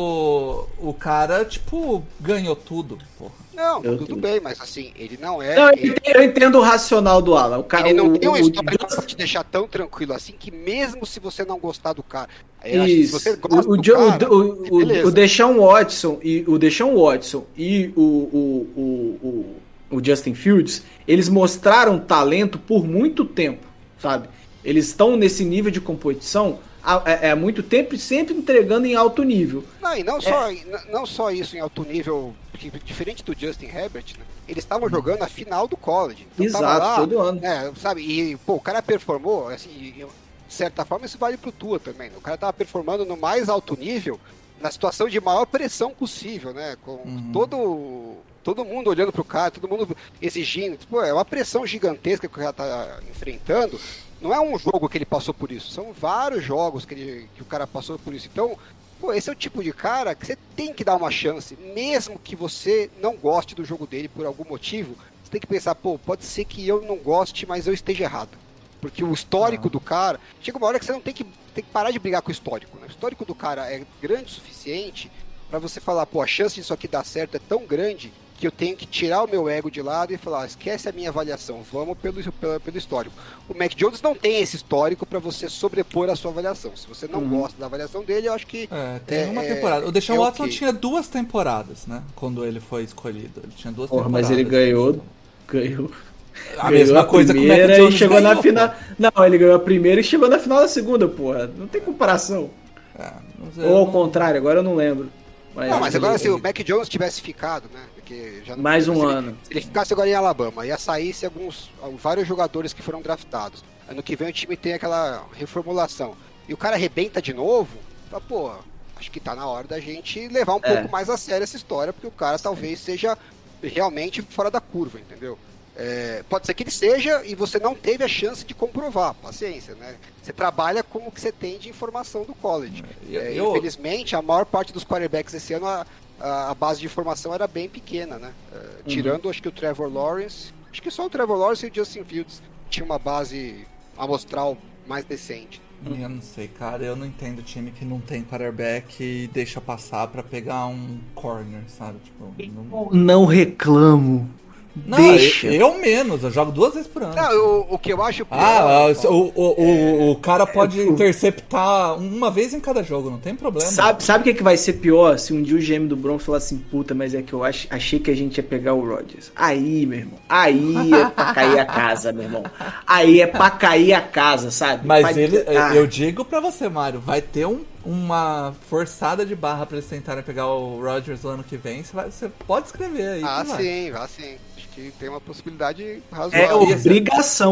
o o cara, tipo, ganhou tudo, porra. Não, eu tudo tudo. bem, mas assim, ele não é... Não, ele, eu entendo o racional do Alan. O cara, ele não o, tem uma o, história o, pra te deixar tão tranquilo assim, que mesmo se você não gostar do cara... Isso. Se você gosta o, do cara, o, o, o, o Deshaun Watson e o Deshaun Watson e o, o, o, o, o Justin Fields, eles mostraram talento por muito tempo, sabe? Eles estão nesse nível de competição... há é, muito tempo e sempre entregando em alto nível. Não, e não, é. só, não só isso em alto nível, porque, diferente do Justin Herbert, né, eles estavam jogando a final do college. Então exato, lá, todo ano. É, sabe, e pô, o cara performou, assim, de certa forma isso vale pro Tua também. Né? O cara tava performando no mais alto nível, na situação de maior pressão possível, né? Com uhum. todo... Todo mundo olhando pro cara, todo mundo exigindo. Pô, é uma pressão gigantesca que o cara tá enfrentando. Não é um jogo que ele passou por isso. São vários jogos que, ele, que o cara passou por isso. Então, pô, esse é o tipo de cara que você tem que dar uma chance. Mesmo que você não goste do jogo dele por algum motivo, você tem que pensar, pô, pode ser que eu não goste, mas eu esteja errado. Porque o histórico ah. do cara... Chega uma hora que você não tem que, tem que parar de brigar com o histórico. Né? O histórico do cara é grande o suficiente para você falar, pô, a chance disso aqui dar certo é tão grande... que eu tenho que tirar o meu ego de lado e falar, esquece a minha avaliação, vamos pelo, pelo, pelo histórico. O Mac Jones não tem esse histórico para você sobrepor a sua avaliação. Se você não uhum. gosta da avaliação dele, eu acho que... É, tem é, uma temporada. O Deshaun é Watson okay. tinha duas temporadas, né? Quando ele foi escolhido. Ele tinha duas Porra, temporadas. mas ele ganhou... Ganhou... A ganhou mesma a coisa que o Mac Jones e chegou ganhou, na final. Pô. Não, ele ganhou a primeira e chegou na final da segunda, porra. Não tem comparação. É, Ou ao não... contrário, agora eu não lembro. Mas não, mas agora ele... se o Mac Jones tivesse ficado, né? Porque já não mais um se ano. Ele, se ele ficasse agora em Alabama, ia saísse alguns, vários jogadores que foram draftados. Ano que vem o time tem aquela reformulação. E o cara arrebenta de novo, fala, pô, acho que tá na hora da gente levar um é. pouco mais a sério essa história, porque o cara Sim. talvez seja realmente fora da curva, entendeu? É, pode ser que ele seja e você não teve a chance de comprovar, paciência, né? Você trabalha com o que você tem de informação do college. É, eu... Infelizmente, a maior parte dos quarterbacks esse ano, a, a base de informação era bem pequena, né? É, uhum. Tirando, acho que o Trevor Lawrence, acho que só o Trevor Lawrence e o Justin Fields tinha uma base amostral mais decente. Eu não sei, cara, eu não entendo time que não tem quarterback e deixa passar pra pegar um corner, sabe? Tipo, não... não reclamo. Não, Deixa. Eu, eu menos, eu jogo duas vezes por ano. Não, o, o que eu acho pior, Ah, o, o, o, o cara pode é, interceptar uma vez em cada jogo, não tem problema. Sabe, sabe o que, que vai ser pior? Se um dia o G M do Broncos falar assim, puta, mas é que eu ach, achei que a gente ia pegar o Rodgers. Aí, meu irmão, aí é pra cair a casa, meu irmão. Aí é pra cair a casa, sabe? Mas vai... ele, ah. eu digo pra você, Mário, vai ter um, uma forçada de barra pra eles tentarem pegar o Rodgers no ano que vem. Você, vai, você pode escrever aí. Ah, sim, vai. ah, sim. que tem uma possibilidade É razoável. obrigação.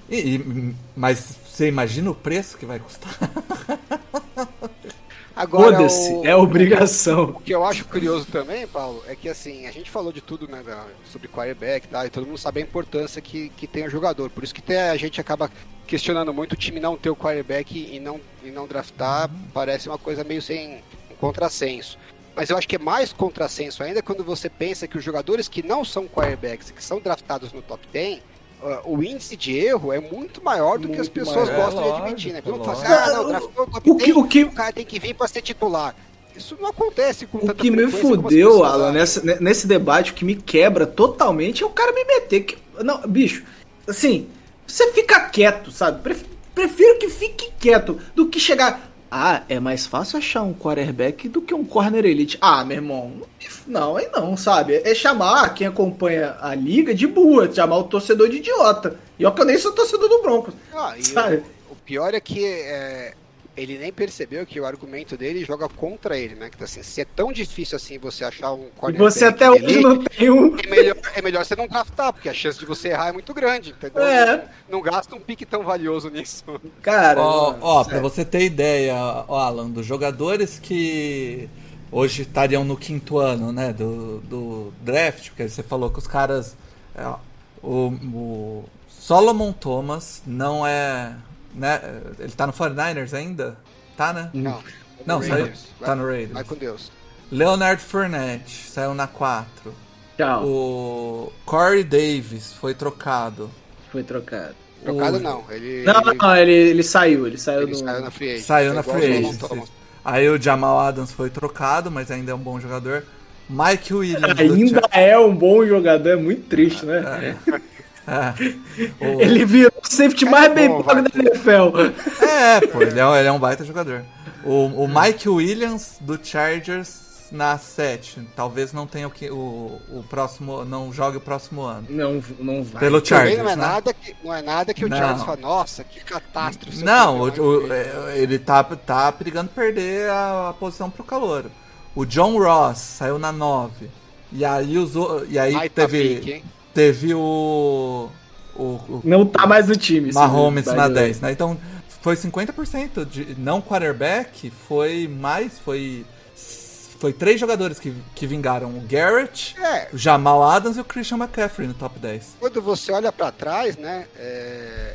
E, e, mas você imagina o preço que vai custar? Agora, Foda-se, o- é obrigação. O que eu acho curioso também, Paulo, é que assim, a gente falou de tudo, né, da- sobre quarterback e tal, e todo mundo sabe a importância que, que tem o jogador. Por isso que tem- a gente acaba questionando muito o time não ter o quarterback e não, e não draftar, parece uma coisa meio sem um contrassenso. Mas eu acho que é mais contrassenso ainda quando você pensa que os jogadores que não são quarterbacks, que são draftados no top dez, uh, o índice de erro é muito maior do que as Muito pessoassim maior, gostam é de admitir, né? lógico, Todo mundo fala assim, lógico. ah, não, draftou no top O que, dez, o que, o cara tem que vir pra ser titular. Isso não acontece com o tanta que me frequência como as fudeu, pessoas Alan, acham. nessa, nesse debate, o que me quebra totalmente é o cara me meter que... Não, bicho, assim, você fica quieto, sabe? Pref- Prefiro que fique quieto do que chegar... Ah, é mais fácil achar um quarterback do que um corner elite. Ah, meu irmão, não, aí não, sabe? É chamar quem acompanha a liga de boa, chamar o torcedor de idiota. E ó que eu nem sou torcedor do Broncos, Ah, e sabe? o, o pior é que é, ele nem percebeu que o argumento dele joga contra ele, né? Que assim, se é tão difícil assim você achar um E quarterback você até hoje elite, não tem um... é melhor, é melhor você não draftar, porque a chance de você errar é muito grande, entendeu? É. Não, não gasta um pique tão valioso nisso. Cara, Ó, não, ó, pra sério. você ter ideia, ó, Alan, dos jogadores que hoje estariam no quinto ano, né, do, do draft, porque você falou que os caras... é, ó, o, o Solomon Thomas não é... Né, ele tá no forty-niners ainda? Tá, né? Não. Não, No saiu, Raiders. tá no Vai Raiders. com Deus. Leonard Fournette saiu na quatro. Tchau, O Corey Davis foi trocado. foi trocado. Trocado O- não. Ele, Não, ele, não, ele, ele saiu, ele saiu ele do... saiu na free agent. Saiu Foi na igual o free Solomon agency. Thomas. Aí o Jamal Adams foi trocado, mas ainda é um bom jogador. Mike Williams do Ainda Cha- é um bom jogador, é muito triste, né? É. O- Ele virou o safety É mais bom, bem pago vai. da N F L. É, pô, ele é, um- ele é um baita jogador. O, o Mike Williams do Chargers na sete. Talvez não tenha o, que, o, o próximo. Não jogue o próximo ano. Não, não vai. Pelo Também Chargers, não é né? nada que, não é nada que o Não. Charles fala, nossa, que catástrofe. Não, ser o- o- campeão, hein?" é, ele tá, tá perigando perder a, a posição pro calouro. O John Ross saiu na nove. E aí usou. E aí Baita teve. pique, hein? Teve o. O, o Não tá mais no time. esse Mahomes by na the way. dez, né? Então foi cinquenta por cento de não quarterback, foi mais, foi foi três jogadores que, que vingaram, o Garrett, É, o Jamal Adams e o Christian McCaffrey no top dez. quando você olha pra trás, né, é,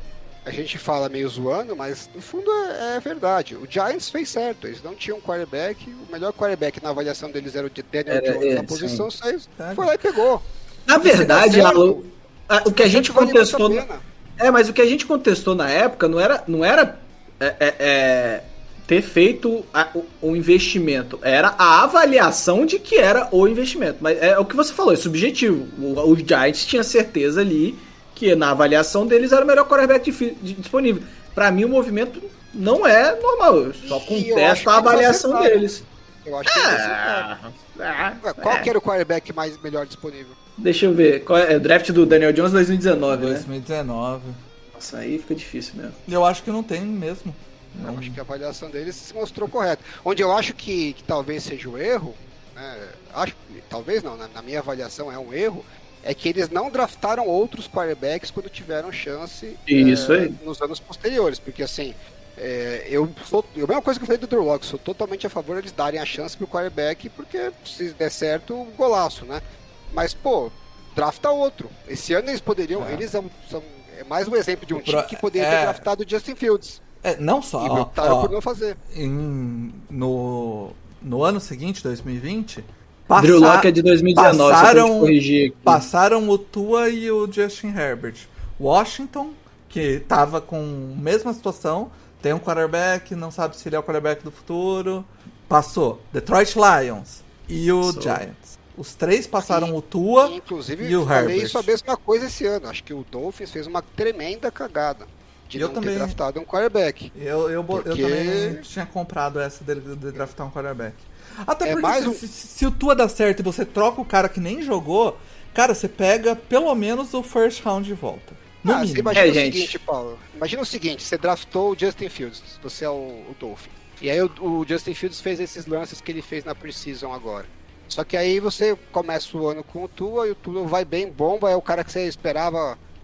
a gente fala meio zoando, mas no fundo é, é verdade. O Giants fez certo, eles não tinham quarterback, o melhor quarterback na avaliação deles era o de Daniel Era, Jones é, na posição, saiu, Verdade. foi lá e pegou. Na E se der verdade, certo, Alan, a- o que a gente vale muito contestou. a pena. É, mas o que a gente contestou na época não era, não era é, é, é, ter feito a- o, o investimento, era a avaliação de que era o investimento. Mas é o que você falou, é subjetivo. O, o Giants tinha certeza ali que na avaliação deles era o melhor quarterback difi- de- disponível. Pra mim, o movimento não é normal. Eu só E eu acho contesto que a eles avaliação acertaram. deles. Eu acho que eles acertaram. Ah, Ué, Qual é. que era o quarterback mais melhor disponível? Deixa eu ver. Qual é? É o draft do Daniel Jones dois mil e dezenove, né? dois mil e dezenove. Nossa, aí fica difícil mesmo. Eu acho que não tem mesmo. Eu acho que a avaliação deles se mostrou correta. Onde eu acho que, que talvez seja o erro, né, acho, talvez não, na, na minha avaliação é um erro, é que eles não draftaram outros quarterbacks quando tiveram chance Isso é, aí. nos anos posteriores, porque assim, é, eu sou, a mesma coisa que eu falei do Drew Lock, sou totalmente a favor deles darem a chance pro quarterback, porque se der certo, golaço, né? Mas, pô, drafta outro. Esse ano eles poderiam, É. eles são, são é mais um exemplo de um O time pro- que poderia é. ter draftado o Justin Fields. É, não só. E ó, optaram ó, por não fazer. em- no, no ano seguinte, dois mil e vinte, Drew passa- Lock é de dois mil e dezenove, só pra passaram, gente corrigir aqui. passaram o Tua e o Justin Herbert. Washington, que tava com a mesma situação, tem um quarterback, não sabe se ele é o quarterback do futuro. Passou. Detroit Lions e o Passou. Giants. Os três passaram E- o Tua. Inclusive, e o falei Herbert. isso a mesma coisa esse ano. Acho que o Dolphins fez uma tremenda cagada de Eu não também. ter draftado um quarterback. Eu, eu, bo- eu Porque- também tinha comprado essa dele de draftar um quarterback. Até É porque mais se, um- se, se o Tua dá certo e você troca o cara que nem jogou, cara, você pega pelo menos o first round de volta. No Ah, você mínimo. imagina É, o gente. seguinte, Paulo. Imagina o seguinte, você draftou o Justin Fields, você é o, o Dolphin. E aí o, o Justin Fields fez esses lances que ele fez na Precision agora. Só que aí você começa o ano com o Tua e o Tua vai bem bomba, é o cara que você esperava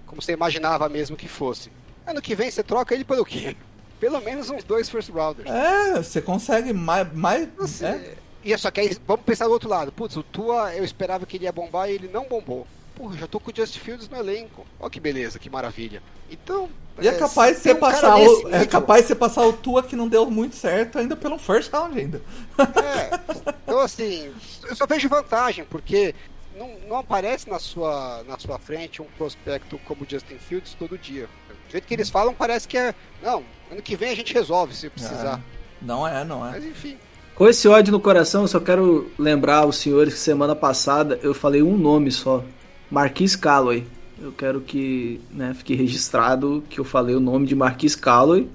como você imaginava mesmo que fosse. Ano que vem você troca ele pelo quê? Pelo menos uns dois first rounders. É, você consegue mais... mais Você... é? E só que aí, vamos pensar do outro lado. Putz, o Tua, eu esperava que ele ia bombar e ele não bombou. Porra, já tô com o Justin Fields no elenco. Olha que beleza, que maravilha. Então... E é capaz de você um passar o, é capaz de você passar o Tua que não deu muito certo ainda pelo first round ainda. É, então assim, eu só vejo vantagem, porque não, não aparece na sua, na sua frente um prospecto como o Justin Fields todo dia. Do jeito que eles falam, parece que é, não, ano que vem a gente resolve se precisar. É, não é, não é. Mas enfim. Com esse ódio no coração, eu só quero lembrar aos senhores que semana passada eu falei um nome só, Marquise Callaway. Eu quero que, né, fique registrado que eu falei o nome de Marquise Callaway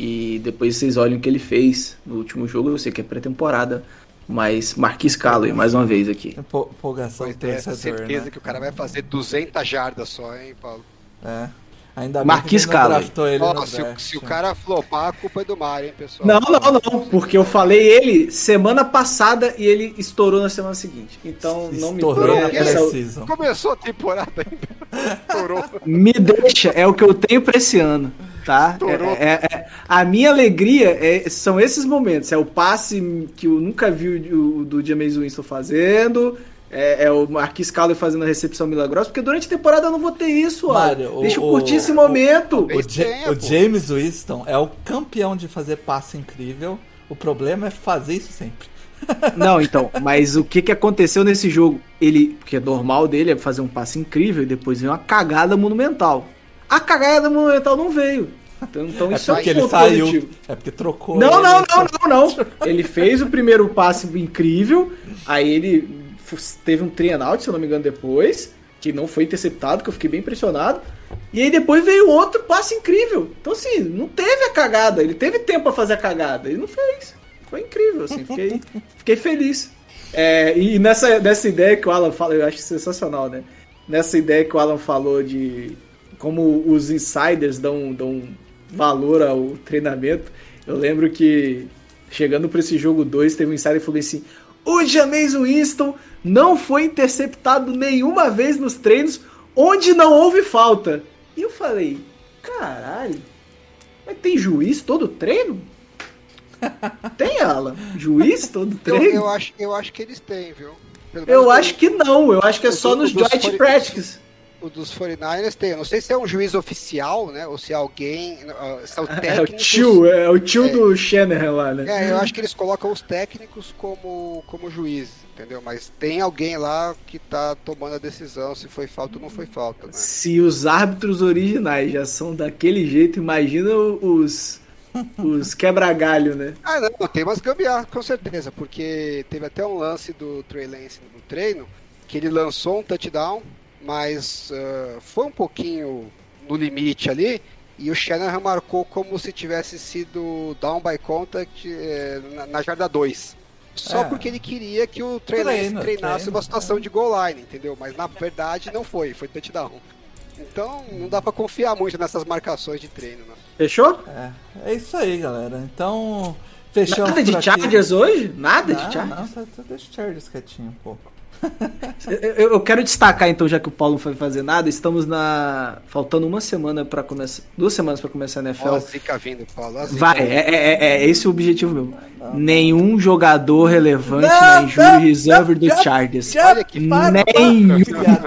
e depois vocês olhem o que ele fez no último jogo. Eu sei que é pré-temporada, mas Marquise Callaway, mais uma vez aqui. Empolgação do torcedor, certeza né? que o cara vai fazer duzentas jardas só, hein, Paulo? É. Ainda Marquise bem que ele não Callaway. draftou ele Ó, no se, o, draft. se o cara flopar, a culpa é do Mário, hein, pessoal? Não, não, não, porque eu falei ele semana passada e ele estourou na semana seguinte. Então não me Estourou põe na nessa- pré-season. Começou a temporada ainda. Estourou. Me deixa, é o que eu tenho pra esse ano, tá? Estourou. É, é- é- a minha alegria é- são esses momentos. É o passe que eu nunca vi o, o do Jameis Winston fazendo, é, é o Marquise Callaway fazendo a recepção milagrosa, porque durante a temporada eu não vou ter isso, ó. Mário, o- Deixa eu o- curtir esse o- momento. O, Esse Ja- tempo. o James Winston é o campeão de fazer passe incrível. O problema é fazer isso sempre. Não, então, mas o que, que aconteceu nesse jogo? Ele, porque é normal dele é fazer um passe incrível e depois vem uma cagada monumental. A cagada monumental não veio. Então, então É isso é um porque ele ponto saiu. positivo. É porque trocou. Não, ele. não, não, não, não. Ele fez o primeiro passe incrível, aí ele f- teve um three and out, se eu não me engano, depois, que não foi interceptado, que eu fiquei bem impressionado. E aí depois veio outro passe incrível. Então, assim, não teve a cagada. Ele teve tempo pra fazer a cagada. Ele não fez. Foi incrível, assim. Fiquei, fiquei feliz. É, e nessa, nessa ideia que o Alan fala, eu acho sensacional, né? Nessa ideia que o Alan falou de como os insiders dão, dão valor ao treinamento, eu lembro que chegando pra esse jogo dois, teve um insider que falou assim: o Jameis Winston não foi interceptado nenhuma vez nos treinos onde não houve falta. E eu falei, caralho, mas tem juiz todo treino? Tem, Alan? Juiz todo Eu, treino? eu, acho, eu acho que eles têm, viu? Pelo menos Eu o- acho que não, eu acho que é o só do- nos dos joint fore- practices. O dos quarenta e nine ers tem. Eu não sei se é um juiz oficial, né? Ou se é alguém. uh, Se é o É o técnico. tio, é o tio É. do Shanahan lá, né? É, eu acho que eles colocam os técnicos como, como juízes, entendeu? Mas tem alguém lá que tá tomando a decisão se foi falta ou não foi falta, né? Se os árbitros originais já são daquele jeito, imagina os, os quebra-galho, né? Ah, não, tem umas gambiarras, com certeza, porque teve até um lance do Trey Lance no treino, que ele lançou um touchdown, mas uh, foi um pouquinho no limite ali, e o Shanahan marcou como se tivesse sido down by contact eh, na, na jarda dois. Só É. porque ele queria que o Trey Lance Treino, treinasse treino, uma situação de goal line, entendeu? Mas na verdade não foi, foi touchdown. Então não dá pra confiar muito nessas marcações de treino, né? Fechou? É, é isso aí, galera. Então, fechamos Nada de por aqui. Chargers hoje? Nada de Não, Chargers? não, tá, tá, deixa o Chargers quietinho um pouco. Eu, eu- eu quero destacar então, já que o Paulo não foi fazer nada, estamos na faltando uma semana para começar, duas semanas para começar a N F L. Ó, a zica vindo, Paulo. a zica Vai, vindo. é, é, é- é esse o objetivo meu. Nenhum jogador relevante Não, na injury não, reserve do não, Chargers. Olha que Nenhum. Filha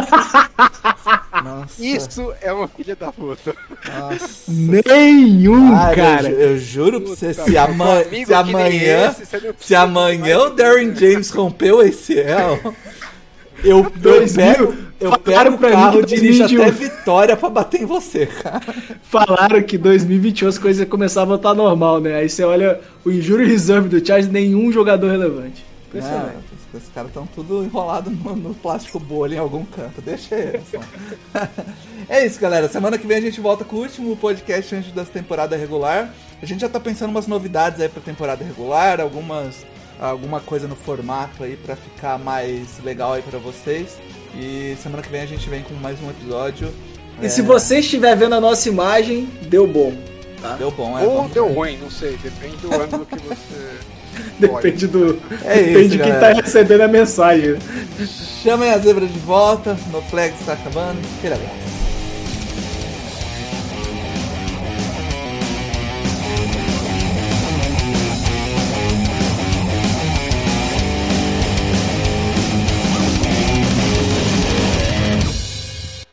da- Nossa, Isso é uma filha da puta. nossa. Nenhum, Cara, cara. Eu, ju- eu juro pra você, Puta, se, meu ama- amigo se que nem amanhã, esse, você não se precisa amanhã mais o Darren James rompeu o A C L, eu, eu dois mil, pego, eu falaram pego o pra mim carro, que dirijo dois mil e até vinte e um Vitória pra bater em você, cara. Falaram que dois mil e vinte e um as coisas iam começar a voltar normal, né? Aí você olha o injury reserve do Chargers, nenhum jogador relevante. Impressionante. É, os caras estão tudo enrolado no, no plástico bolha em algum canto. Deixa eles. só. É isso, galera. Semana que vem a gente volta com o último podcast antes da temporada regular. A gente já tá pensando umas novidades aí pra temporada regular, algumas alguma coisa no formato aí pra ficar mais legal aí pra vocês. E semana que vem a gente vem com mais um episódio. E É, se você estiver vendo a nossa imagem, deu bom. Tá? deu bom, é Ou vamos deu ver. ruim, não sei. Depende do ângulo que você. Depende do. É depende isso, de quem galera. tá recebendo a mensagem. Chamem a zebra de volta. No flag está acabando. Aquele abraço.